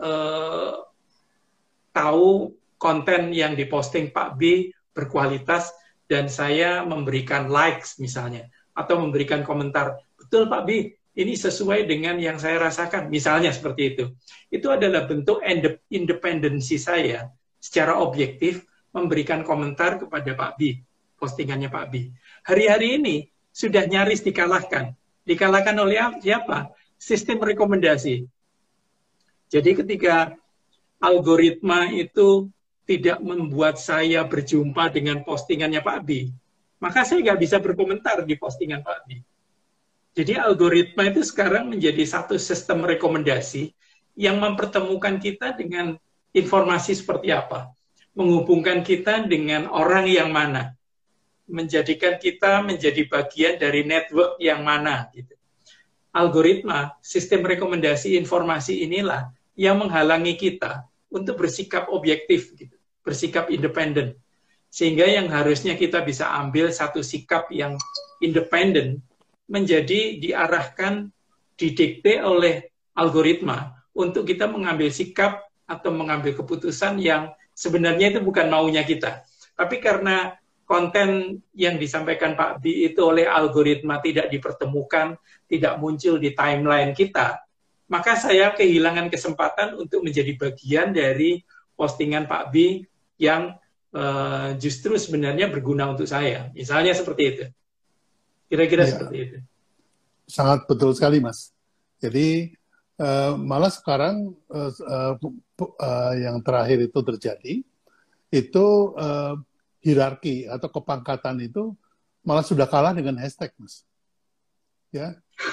tahu konten yang diposting Pak B berkualitas dan saya memberikan likes misalnya atau memberikan komentar, betul Pak B, ini sesuai dengan yang saya rasakan, misalnya seperti itu. Itu adalah bentuk independensi saya secara objektif memberikan komentar kepada Pak B, postingannya Pak B. Hari-hari ini sudah nyaris dikalahkan. Dikalahkan oleh siapa? Sistem rekomendasi. Jadi ketika algoritma itu tidak membuat saya berjumpa dengan postingannya Pak B, maka saya nggak bisa berkomentar di postingan Pak B. Jadi algoritma itu sekarang menjadi satu sistem rekomendasi yang mempertemukan kita dengan informasi seperti apa, menghubungkan kita dengan orang yang mana, menjadikan kita menjadi bagian dari network yang mana. Gitu. Algoritma, sistem rekomendasi informasi inilah yang menghalangi kita untuk bersikap objektif, gitu, bersikap independen. Sehingga yang harusnya kita bisa ambil satu sikap yang independen menjadi diarahkan, didikte oleh algoritma untuk kita mengambil sikap atau mengambil keputusan yang sebenarnya itu bukan maunya kita. Tapi karena konten yang disampaikan Pak B itu oleh algoritma tidak dipertemukan, tidak muncul di timeline kita, maka saya kehilangan kesempatan untuk menjadi bagian dari postingan Pak B yang justru sebenarnya berguna untuk saya. Misalnya seperti itu. Kira-kira seperti itu. Sangat betul sekali, Mas. Jadi, malah sekarang yang terakhir itu terjadi, itu hierarki atau kepangkatan itu malah sudah kalah dengan hashtag, Mas. Ya,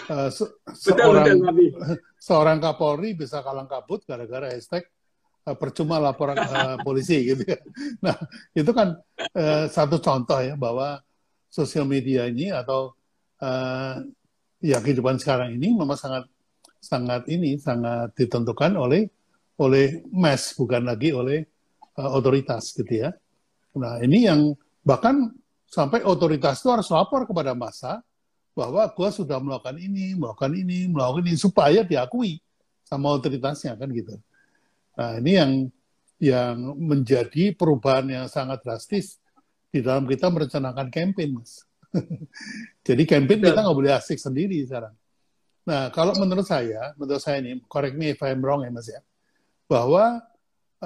seorang Kapolri bisa kalang kabut gara-gara hashtag percuma laporan polisi gitu ya. Nah, itu kan satu contoh ya bahwa sosial media ini atau ya kehidupan sekarang ini memang sangat ditentukan oleh mass, bukan lagi oleh otoritas gitu ya. Nah, ini yang bahkan sampai otoritas itu harus lapor kepada massa bahwa gua sudah melakukan ini supaya diakui sama otoritasnya kan gitu. Nah, ini yang menjadi perubahan yang sangat drastis di dalam kita merencanakan campaign, Mas. Jadi campaign kita nggak boleh asik sendiri sekarang. Nah, kalau menurut saya ini, correct me if I'm wrong ya Mas ya, bahwa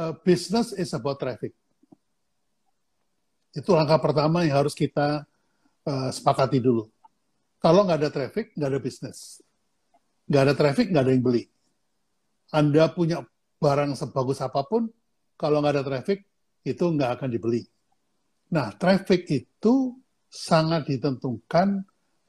business is about traffic. Itu langkah pertama yang harus kita sepakati dulu. Kalau nggak ada traffic, nggak ada bisnis. Nggak ada traffic, nggak ada yang beli. Anda punya barang sebagus apapun, kalau nggak ada traffic, itu nggak akan dibeli. Nah, traffic itu sangat ditentukan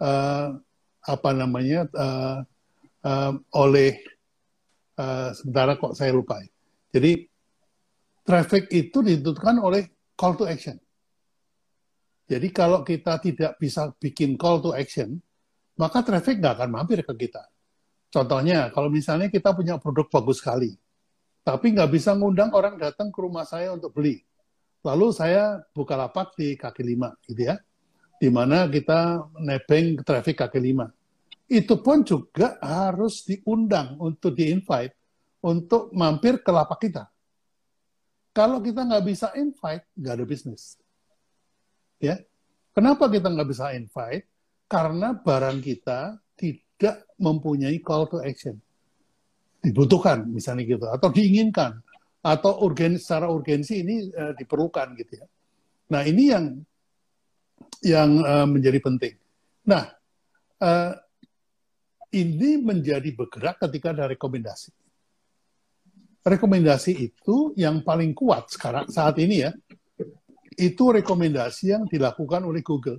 oleh sementara kok saya lupa. Jadi traffic itu ditentukan oleh call to action. Jadi kalau kita tidak bisa bikin call to action, maka traffic nggak akan mampir ke kita. Contohnya, kalau misalnya kita punya produk bagus sekali, tapi nggak bisa ngundang orang datang ke rumah saya untuk beli. Lalu saya buka lapak di kaki lima, gitu ya, di mana kita nebeng traffic kaki lima. Itu pun juga harus diundang untuk di-invite untuk mampir ke lapak kita. Kalau kita nggak bisa invite, nggak ada bisnis. Ya, kenapa kita nggak bisa invite? Karena barang kita tidak mempunyai call to action. Dibutuhkan, misalnya gitu, atau diinginkan, atau secara urgensi ini diperlukan gitu ya. Nah, ini yang menjadi penting. Nah, ini menjadi bergerak ketika ada rekomendasi. Rekomendasi itu yang paling kuat sekarang saat ini ya. Itu rekomendasi yang dilakukan oleh Google.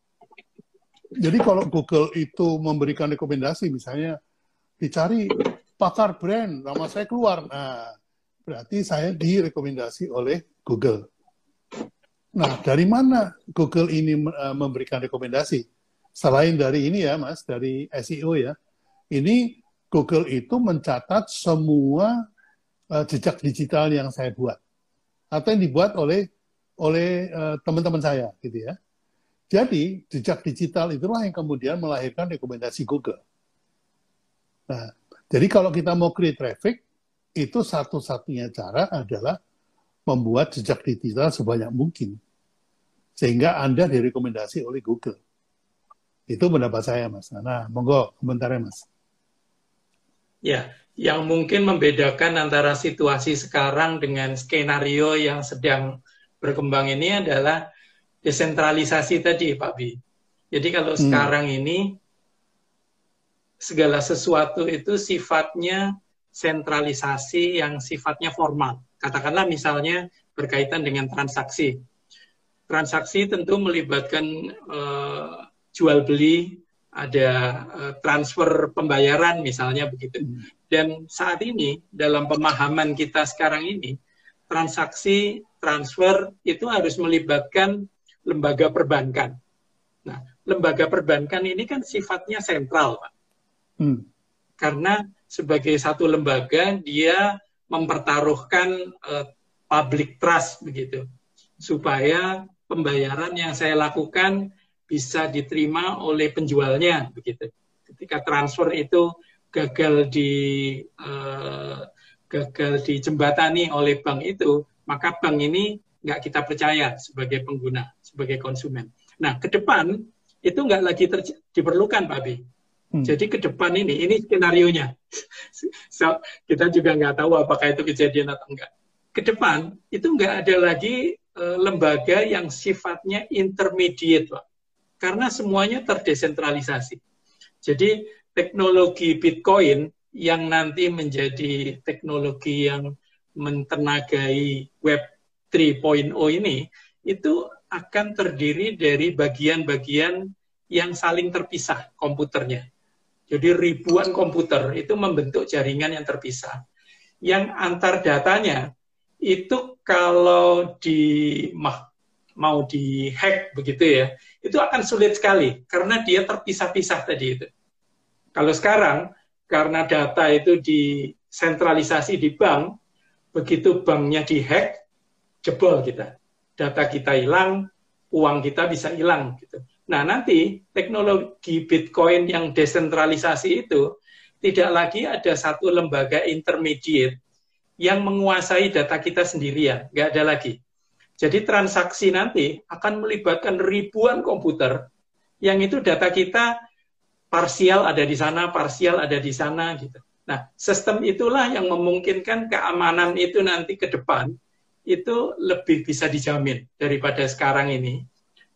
Jadi kalau Google itu memberikan rekomendasi, misalnya dicari pakar brand, nama saya keluar, nah berarti saya direkomendasi oleh Google. Nah, dari mana Google ini memberikan rekomendasi? Selain dari ini ya, Mas, dari SEO ya, ini Google itu mencatat semua jejak digital yang saya buat atau yang dibuat oleh teman-teman saya gitu ya. Jadi jejak digital itulah yang kemudian melahirkan rekomendasi Google. Nah, jadi kalau kita mau create traffic, itu satu-satunya cara adalah membuat jejak digital sebanyak mungkin sehingga Anda direkomendasi oleh Google. Itu pendapat saya, Mas. Nah, monggo komentarnya, Mas. Ya, yang mungkin membedakan antara situasi sekarang dengan skenario yang sedang berkembang ini adalah desentralisasi tadi, Pak Bi. Jadi kalau sekarang ini segala sesuatu itu sifatnya sentralisasi yang sifatnya formal. Katakanlah misalnya berkaitan dengan transaksi. Transaksi tentu melibatkan jual beli, ada transfer pembayaran misalnya begitu. Dan saat ini dalam pemahaman kita sekarang ini, transaksi transfer itu harus melibatkan lembaga perbankan. Nah, lembaga perbankan ini kan sifatnya sentral, Pak. Karena sebagai satu lembaga dia mempertaruhkan public trust begitu, supaya pembayaran yang saya lakukan bisa diterima oleh penjualnya begitu. Ketika transfer itu gagal dijembatani oleh bank itu, maka bank ini nggak kita percaya sebagai pengguna, sebagai konsumen. Nah, ke depan itu nggak lagi diperlukan, Pak Bi. Jadi ke depan ini skenario-nya. So, kita juga nggak tahu apakah itu kejadian atau enggak. Ke depan itu nggak ada lagi lembaga yang sifatnya intermediate, Pak. Karena semuanya terdesentralisasi. Jadi teknologi Bitcoin yang nanti menjadi teknologi yang mentenagai Web 3.0 ini, itu akan terdiri dari bagian-bagian yang saling terpisah komputernya. Jadi ribuan komputer itu membentuk jaringan yang terpisah. Yang antar datanya itu kalau mau di-hack begitu ya, itu akan sulit sekali karena dia terpisah-pisah tadi itu. Kalau sekarang, karena data itu disentralisasi di bank, begitu banknya di-hack, jebol kita. Data kita hilang, uang kita bisa hilang. Gitu. Nah, nanti teknologi Bitcoin yang desentralisasi itu tidak lagi ada satu lembaga intermediate yang menguasai data kita sendirian. Nggak ada lagi. Jadi transaksi nanti akan melibatkan ribuan komputer yang itu data kita parsial ada di sana, parsial ada di sana. Gitu. Nah, sistem itulah yang memungkinkan keamanan itu nanti ke depan itu lebih bisa dijamin daripada sekarang ini.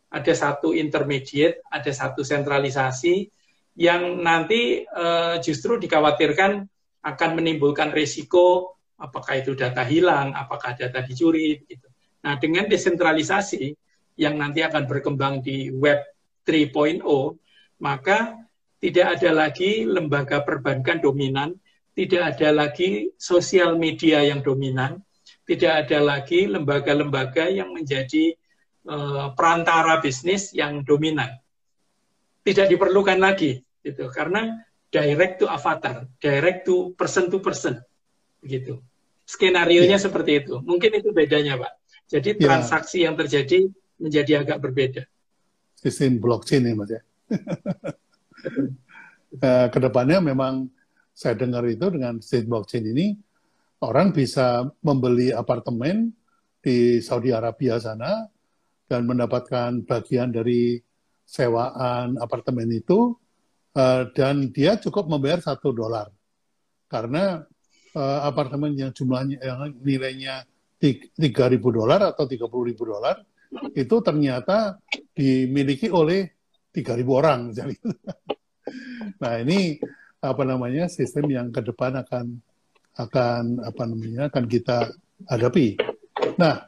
ada satu intermediate, ada satu sentralisasi yang nanti justru dikhawatirkan akan menimbulkan risiko apakah itu data hilang, apakah data dicuri. Gitu. Nah, dengan desentralisasi yang nanti akan berkembang di Web 3.0, maka tidak ada lagi lembaga perbankan dominan, tidak ada lagi sosial media yang dominan, tidak ada lagi lembaga-lembaga yang menjadi perantara bisnis yang dominan. Tidak diperlukan lagi, gitu. Karena direct to avatar, direct to person, begitu. Skenarionya seperti itu. Mungkin itu bedanya, Pak. Jadi transaksi yang terjadi menjadi agak berbeda. Sistem blockchain ya, Mas ya. Kedepannya memang saya dengar itu dengan sistem blockchain ini, orang bisa membeli apartemen di Saudi Arabia sana dan mendapatkan bagian dari sewaan apartemen itu, dan dia cukup membayar $1 karena apartemen yang jumlahnya yang nilainya $3.000 atau $30.000 itu ternyata dimiliki oleh 3.000 orang. Nah, ini apa namanya sistem yang ke depan akan kita hadapi. Nah,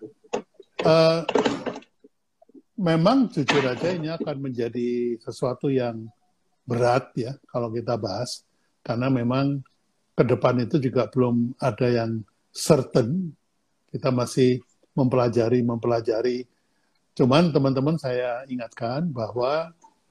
memang jujur aja ini akan menjadi sesuatu yang berat ya kalau kita bahas, karena memang ke depan itu juga belum ada yang certain. Kita masih mempelajari. Cuman teman-teman saya ingatkan bahwa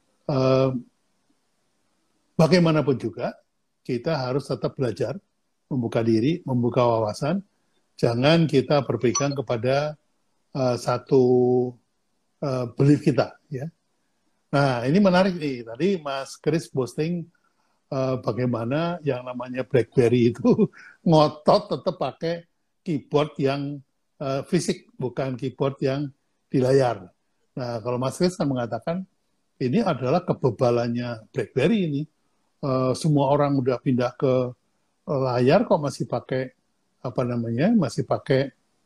bagaimanapun juga kita harus tetap belajar, membuka diri, membuka wawasan. Jangan kita berpegang kepada satu belief kita, ya. Nah, ini menarik nih. Tadi Mas Kris posting bagaimana yang namanya BlackBerry itu ngotot tetap pakai keyboard yang fisik, bukan keyboard yang di layar. Nah, kalau Mas Kris kan mengatakan ini adalah kebebalannya BlackBerry ini. Semua orang udah pindah ke layar kok masih pakai masih pakai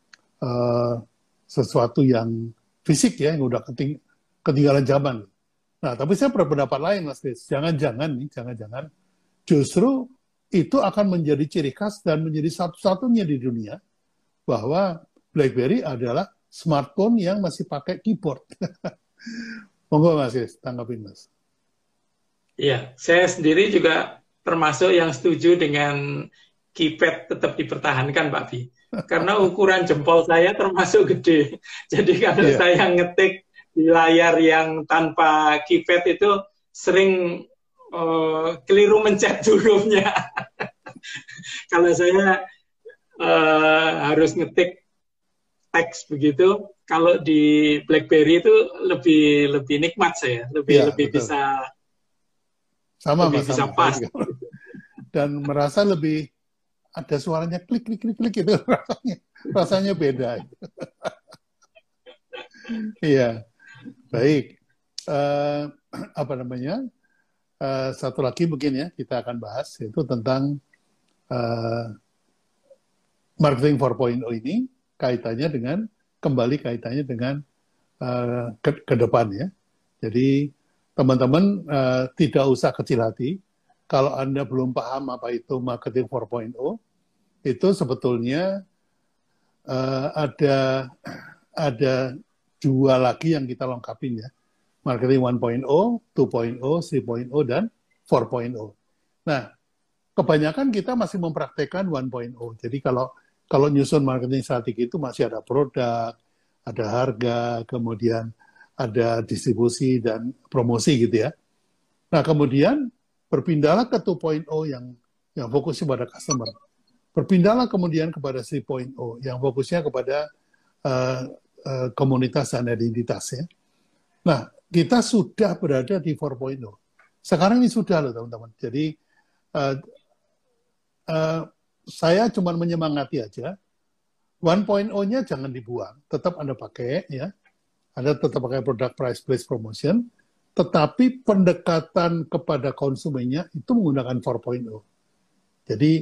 sesuatu yang fisik ya, yang udah ketinggalan zaman. Nah, tapi saya berpendapat lain, Mas Kris. Jangan-jangan justru itu akan menjadi ciri khas dan menjadi satu-satunya di dunia bahwa BlackBerry adalah smartphone yang masih pakai keyboard. Monggo Mas Kris, tanggapin Mas. Iya, saya sendiri juga termasuk yang setuju dengan keypad tetap dipertahankan, Pak Bi. Karena ukuran jempol saya termasuk gede. Jadi kalau saya ngetik di layar yang tanpa keypad itu sering keliru mencet hurufnya. Kalau saya harus ngetik teks begitu, kalau di BlackBerry itu lebih nikmat saya, lebih bisa sama lebih Mas, bisa sama. pas. Dan merasa lebih ada suaranya klik itu rasanya beda. Iya, baik. Satu lagi mungkin ya kita akan bahas, yaitu tentang marketing 4.0 ini kaitannya dengan ke depan ya. Jadi teman-teman tidak usah kecil hati. Kalau Anda belum paham apa itu marketing 4.0, itu sebetulnya ada dua lagi yang kita lengkapin ya. Marketing 1.0, 2.0, 3.0, dan 4.0. Nah, kebanyakan kita masih mempraktekkan 1.0. Jadi kalau nyusun marketing strategi itu masih ada produk, ada harga, kemudian ada distribusi dan promosi gitu ya. Nah, kemudian berpindahlah ke 2.0 yang fokusnya pada customer. Berpindahlah kemudian kepada 3.0 yang fokusnya kepada komunitas dan identitas ya. Nah, kita sudah berada di 4.0. Sekarang ini sudah loh teman-teman. Jadi saya cuma menyemangati aja. 1.0-nya jangan dibuang, tetap Anda pakai ya. Anda tetap pakai produk price based promotion, tetapi pendekatan kepada konsumennya itu menggunakan 4.0. Jadi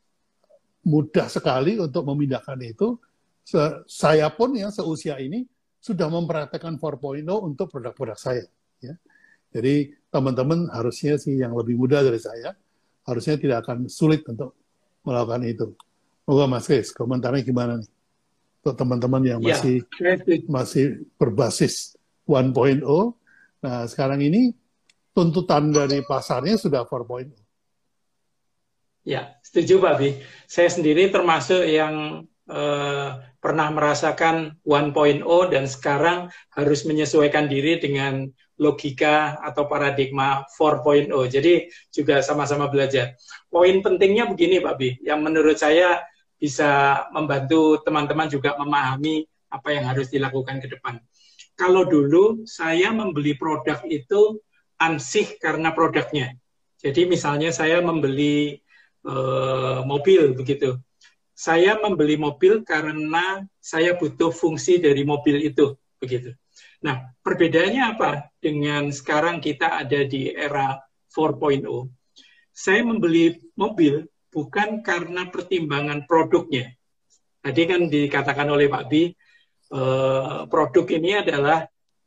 mudah sekali untuk memindahkan itu. Saya pun ya seusia ini sudah mempraktekkan 4.0 untuk produk-produk saya. Ya. Jadi teman-teman harusnya sih yang lebih muda dari saya, harusnya tidak akan sulit untuk melakukan itu. Moga Mas Kris, komentarnya gimana nih? Untuk teman-teman yang Ya, masih berbasis 1.0, nah sekarang ini tuntutan dari pasarnya sudah 4.0. ya, setuju Pak Bi. Saya sendiri termasuk yang pernah merasakan 1.0 dan sekarang harus menyesuaikan diri dengan logika atau paradigma 4.0. Jadi juga sama-sama belajar. Poin pentingnya begini Pak Bi, yang menurut saya bisa membantu teman-teman juga memahami apa yang harus dilakukan ke depan. Kalau dulu saya membeli produk itu ansih karena produknya. Jadi misalnya saya membeli mobil begitu. Saya membeli mobil karena saya butuh fungsi dari mobil itu begitu. Nah, perbedaannya apa dengan sekarang kita ada di era 4.0? Saya membeli mobil bukan karena pertimbangan produknya. Tadi kan dikatakan oleh Pak Bi, produk ini adalah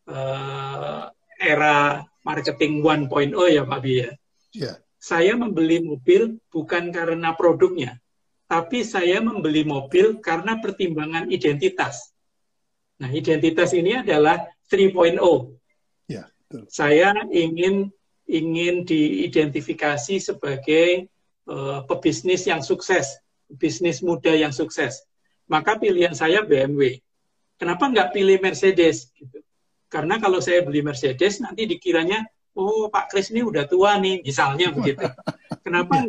era marketing 1.0 ya Pak Bi ya. Yeah. Saya membeli mobil bukan karena produknya, tapi saya membeli mobil karena pertimbangan identitas. Nah, identitas ini adalah 3.0. Yeah, betul. Saya ingin diidentifikasi sebagai pebisnis yang sukses, bisnis muda yang sukses. Maka pilihan saya BMW. Kenapa nggak pilih Mercedes? Gitu. Karena kalau saya beli Mercedes, nanti dikiranya, oh Pak Kris ini udah tua nih, misalnya begitu. Kenapa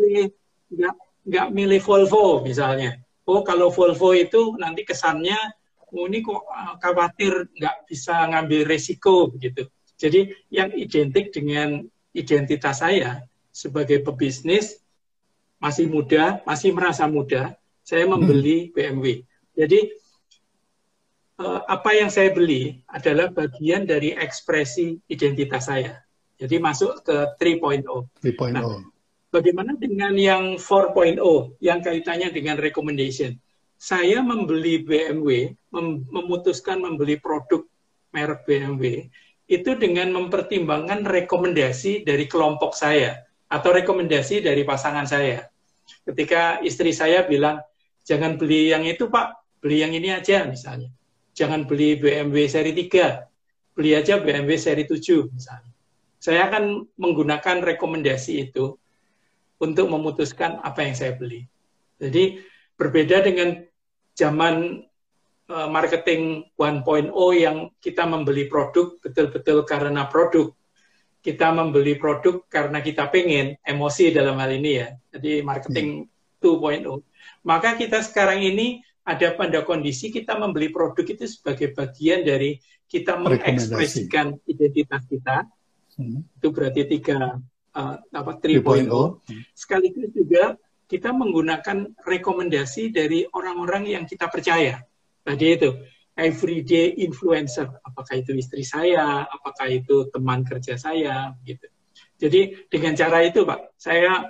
nggak milih Volvo misalnya? Oh kalau Volvo itu nanti kesannya, oh ini kok khawatir nggak bisa ngambil resiko begitu. Jadi yang identik dengan identitas saya sebagai pebisnis, masih muda, masih merasa muda, saya membeli BMW. Jadi apa yang saya beli adalah bagian dari ekspresi identitas saya. Jadi masuk ke 3.0. Nah, bagaimana dengan yang 4.0 yang kaitannya dengan recommendation? Saya membeli BMW, memutuskan membeli produk merek BMW, itu dengan mempertimbangkan rekomendasi dari kelompok saya atau rekomendasi dari pasangan saya. Ketika istri saya bilang, jangan beli yang itu Pak, beli yang ini aja misalnya. Jangan beli BMW seri 3, beli aja BMW seri 7 misalnya. Saya akan menggunakan rekomendasi itu untuk memutuskan apa yang saya beli. Jadi berbeda dengan zaman marketing 1.0 yang kita membeli produk betul-betul karena produk. Kita membeli produk karena kita pengen, emosi dalam hal ini ya. Jadi marketing 2.0. Maka kita sekarang ini ada pada kondisi kita membeli produk itu sebagai bagian dari kita mengekspresikan identitas kita. Itu berarti 3.0. Sekaligus juga kita menggunakan rekomendasi dari orang-orang yang kita percaya. Tadi itu everyday influencer, apakah itu istri saya, apakah itu teman kerja saya, gitu. Jadi dengan cara itu, Pak, saya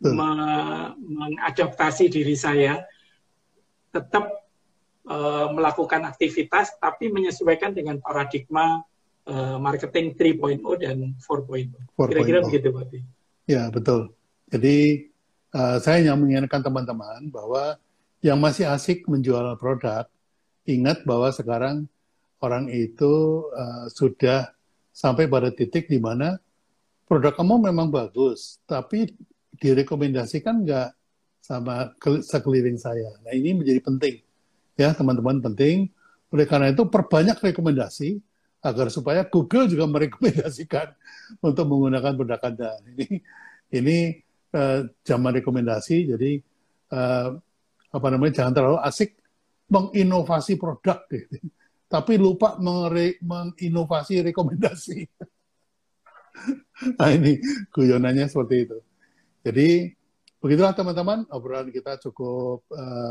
mengadaptasi diri saya tetap melakukan aktivitas, tapi menyesuaikan dengan paradigma marketing 3.0 dan 4.0. Kira-kira begitu, Pak. Ya, betul. Jadi, saya yang mengingatkan teman-teman bahwa yang masih asik menjual produk, ingat bahwa sekarang orang itu sudah sampai pada titik di mana produk kamu memang bagus, tapi direkomendasikan nggak sama sekeliling saya. Nah, ini menjadi penting. Ya, teman-teman, penting. Oleh karena itu, perbanyak rekomendasi agar supaya Google juga merekomendasikan untuk menggunakan produk Anda. Ini zaman rekomendasi, jadi jangan terlalu asik menginovasi produk, gitu. Tapi lupa menginovasi rekomendasi. Nah, ini guyonannya seperti itu. Jadi begitulah teman-teman, obrolan kita cukup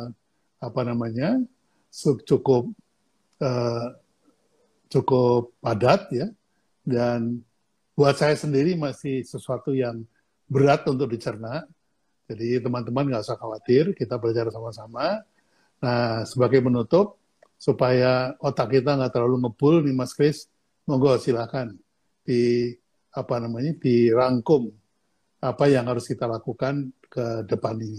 cukup padat ya, dan buat saya sendiri masih sesuatu yang berat untuk dicerna. Jadi teman-teman nggak usah khawatir, kita belajar sama-sama. Nah, sebagai penutup, supaya otak kita nggak terlalu ngebul nih Mas Kris. Monggo silakan dirangkum apa yang harus kita lakukan ke depan ini.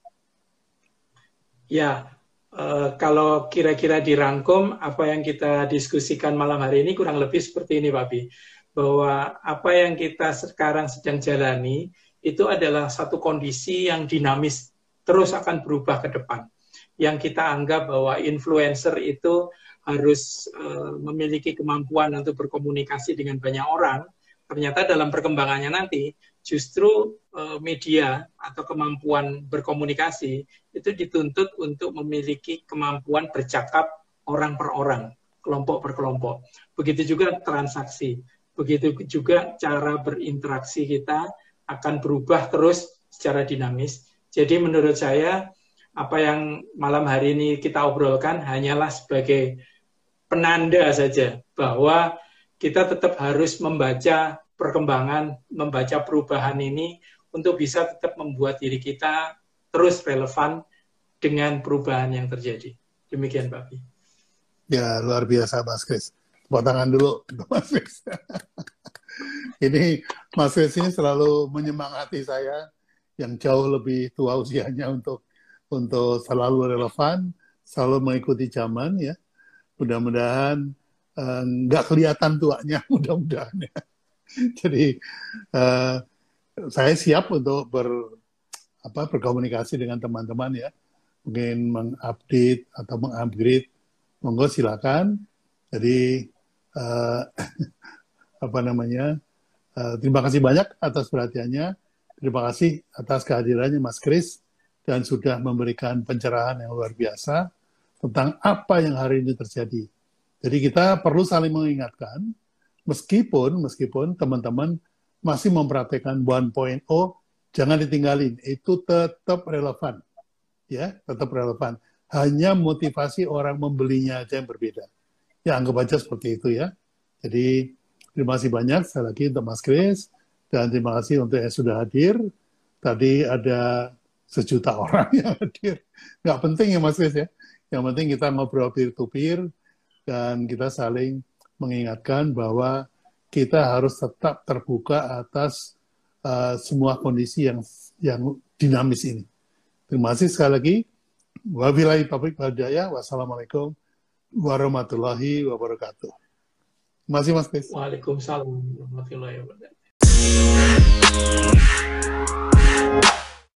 Ya, kalau kira-kira dirangkum apa yang kita diskusikan malam hari ini kurang lebih seperti ini Pak Bi, bahwa apa yang kita sekarang sedang jalani itu adalah satu kondisi yang dinamis, terus akan berubah ke depan. Yang kita anggap bahwa influencer itu harus memiliki kemampuan untuk berkomunikasi dengan banyak orang, ternyata dalam perkembangannya nanti justru media atau kemampuan berkomunikasi itu dituntut untuk memiliki kemampuan bercakap orang per orang, kelompok per kelompok. Begitu juga transaksi, begitu juga cara berinteraksi kita akan berubah terus secara dinamis. Jadi menurut saya apa yang malam hari ini kita obrolkan hanyalah sebagai penanda saja bahwa kita tetap harus membaca perkembangan, membaca perubahan ini untuk bisa tetap membuat diri kita terus relevan dengan perubahan yang terjadi. Demikian, Pak Bi. Ya, luar biasa Mas Kris. Tepuk tangan dulu untuk Mas Kris. Ini Mas Kris ini selalu menyemangati saya yang jauh lebih tua usianya untuk selalu relevan, selalu mengikuti zaman ya. Mudah-mudahan nggak kelihatan tuanya, mudah-mudahan ya. Jadi saya siap untuk berkomunikasi dengan teman-teman ya, mungkin mengupdate atau mengupgrade, monggo silakan. Jadi terima kasih banyak atas perhatiannya, terima kasih atas kehadirannya Mas Kris dan sudah memberikan pencerahan yang luar biasa tentang apa yang hari ini terjadi. Jadi kita perlu saling mengingatkan. Meskipun teman-teman masih mempraktekkan 1.0, jangan ditinggalin. Itu tetap relevan. Ya, tetap relevan. Hanya motivasi orang membelinya aja yang berbeda. Ya, anggap aja seperti itu ya. Jadi, terima kasih banyak sekali lagi untuk Mas Kris. Dan terima kasih untuk yang sudah hadir. Tadi ada 1 juta orang yang hadir. Nggak penting ya Mas Kris ya. Yang penting kita ngobrol peer-to-peer. Dan kita saling mengingatkan bahwa kita harus tetap terbuka atas semua kondisi yang dinamis ini. Terima kasih sekali lagi. Wabillahi taufiq wal hidayah. Wassalamualaikum warahmatullahi wabarakatuh. Terima kasih Mas Kris. Waalaikumsalam warahmatullahi wabarakatuh.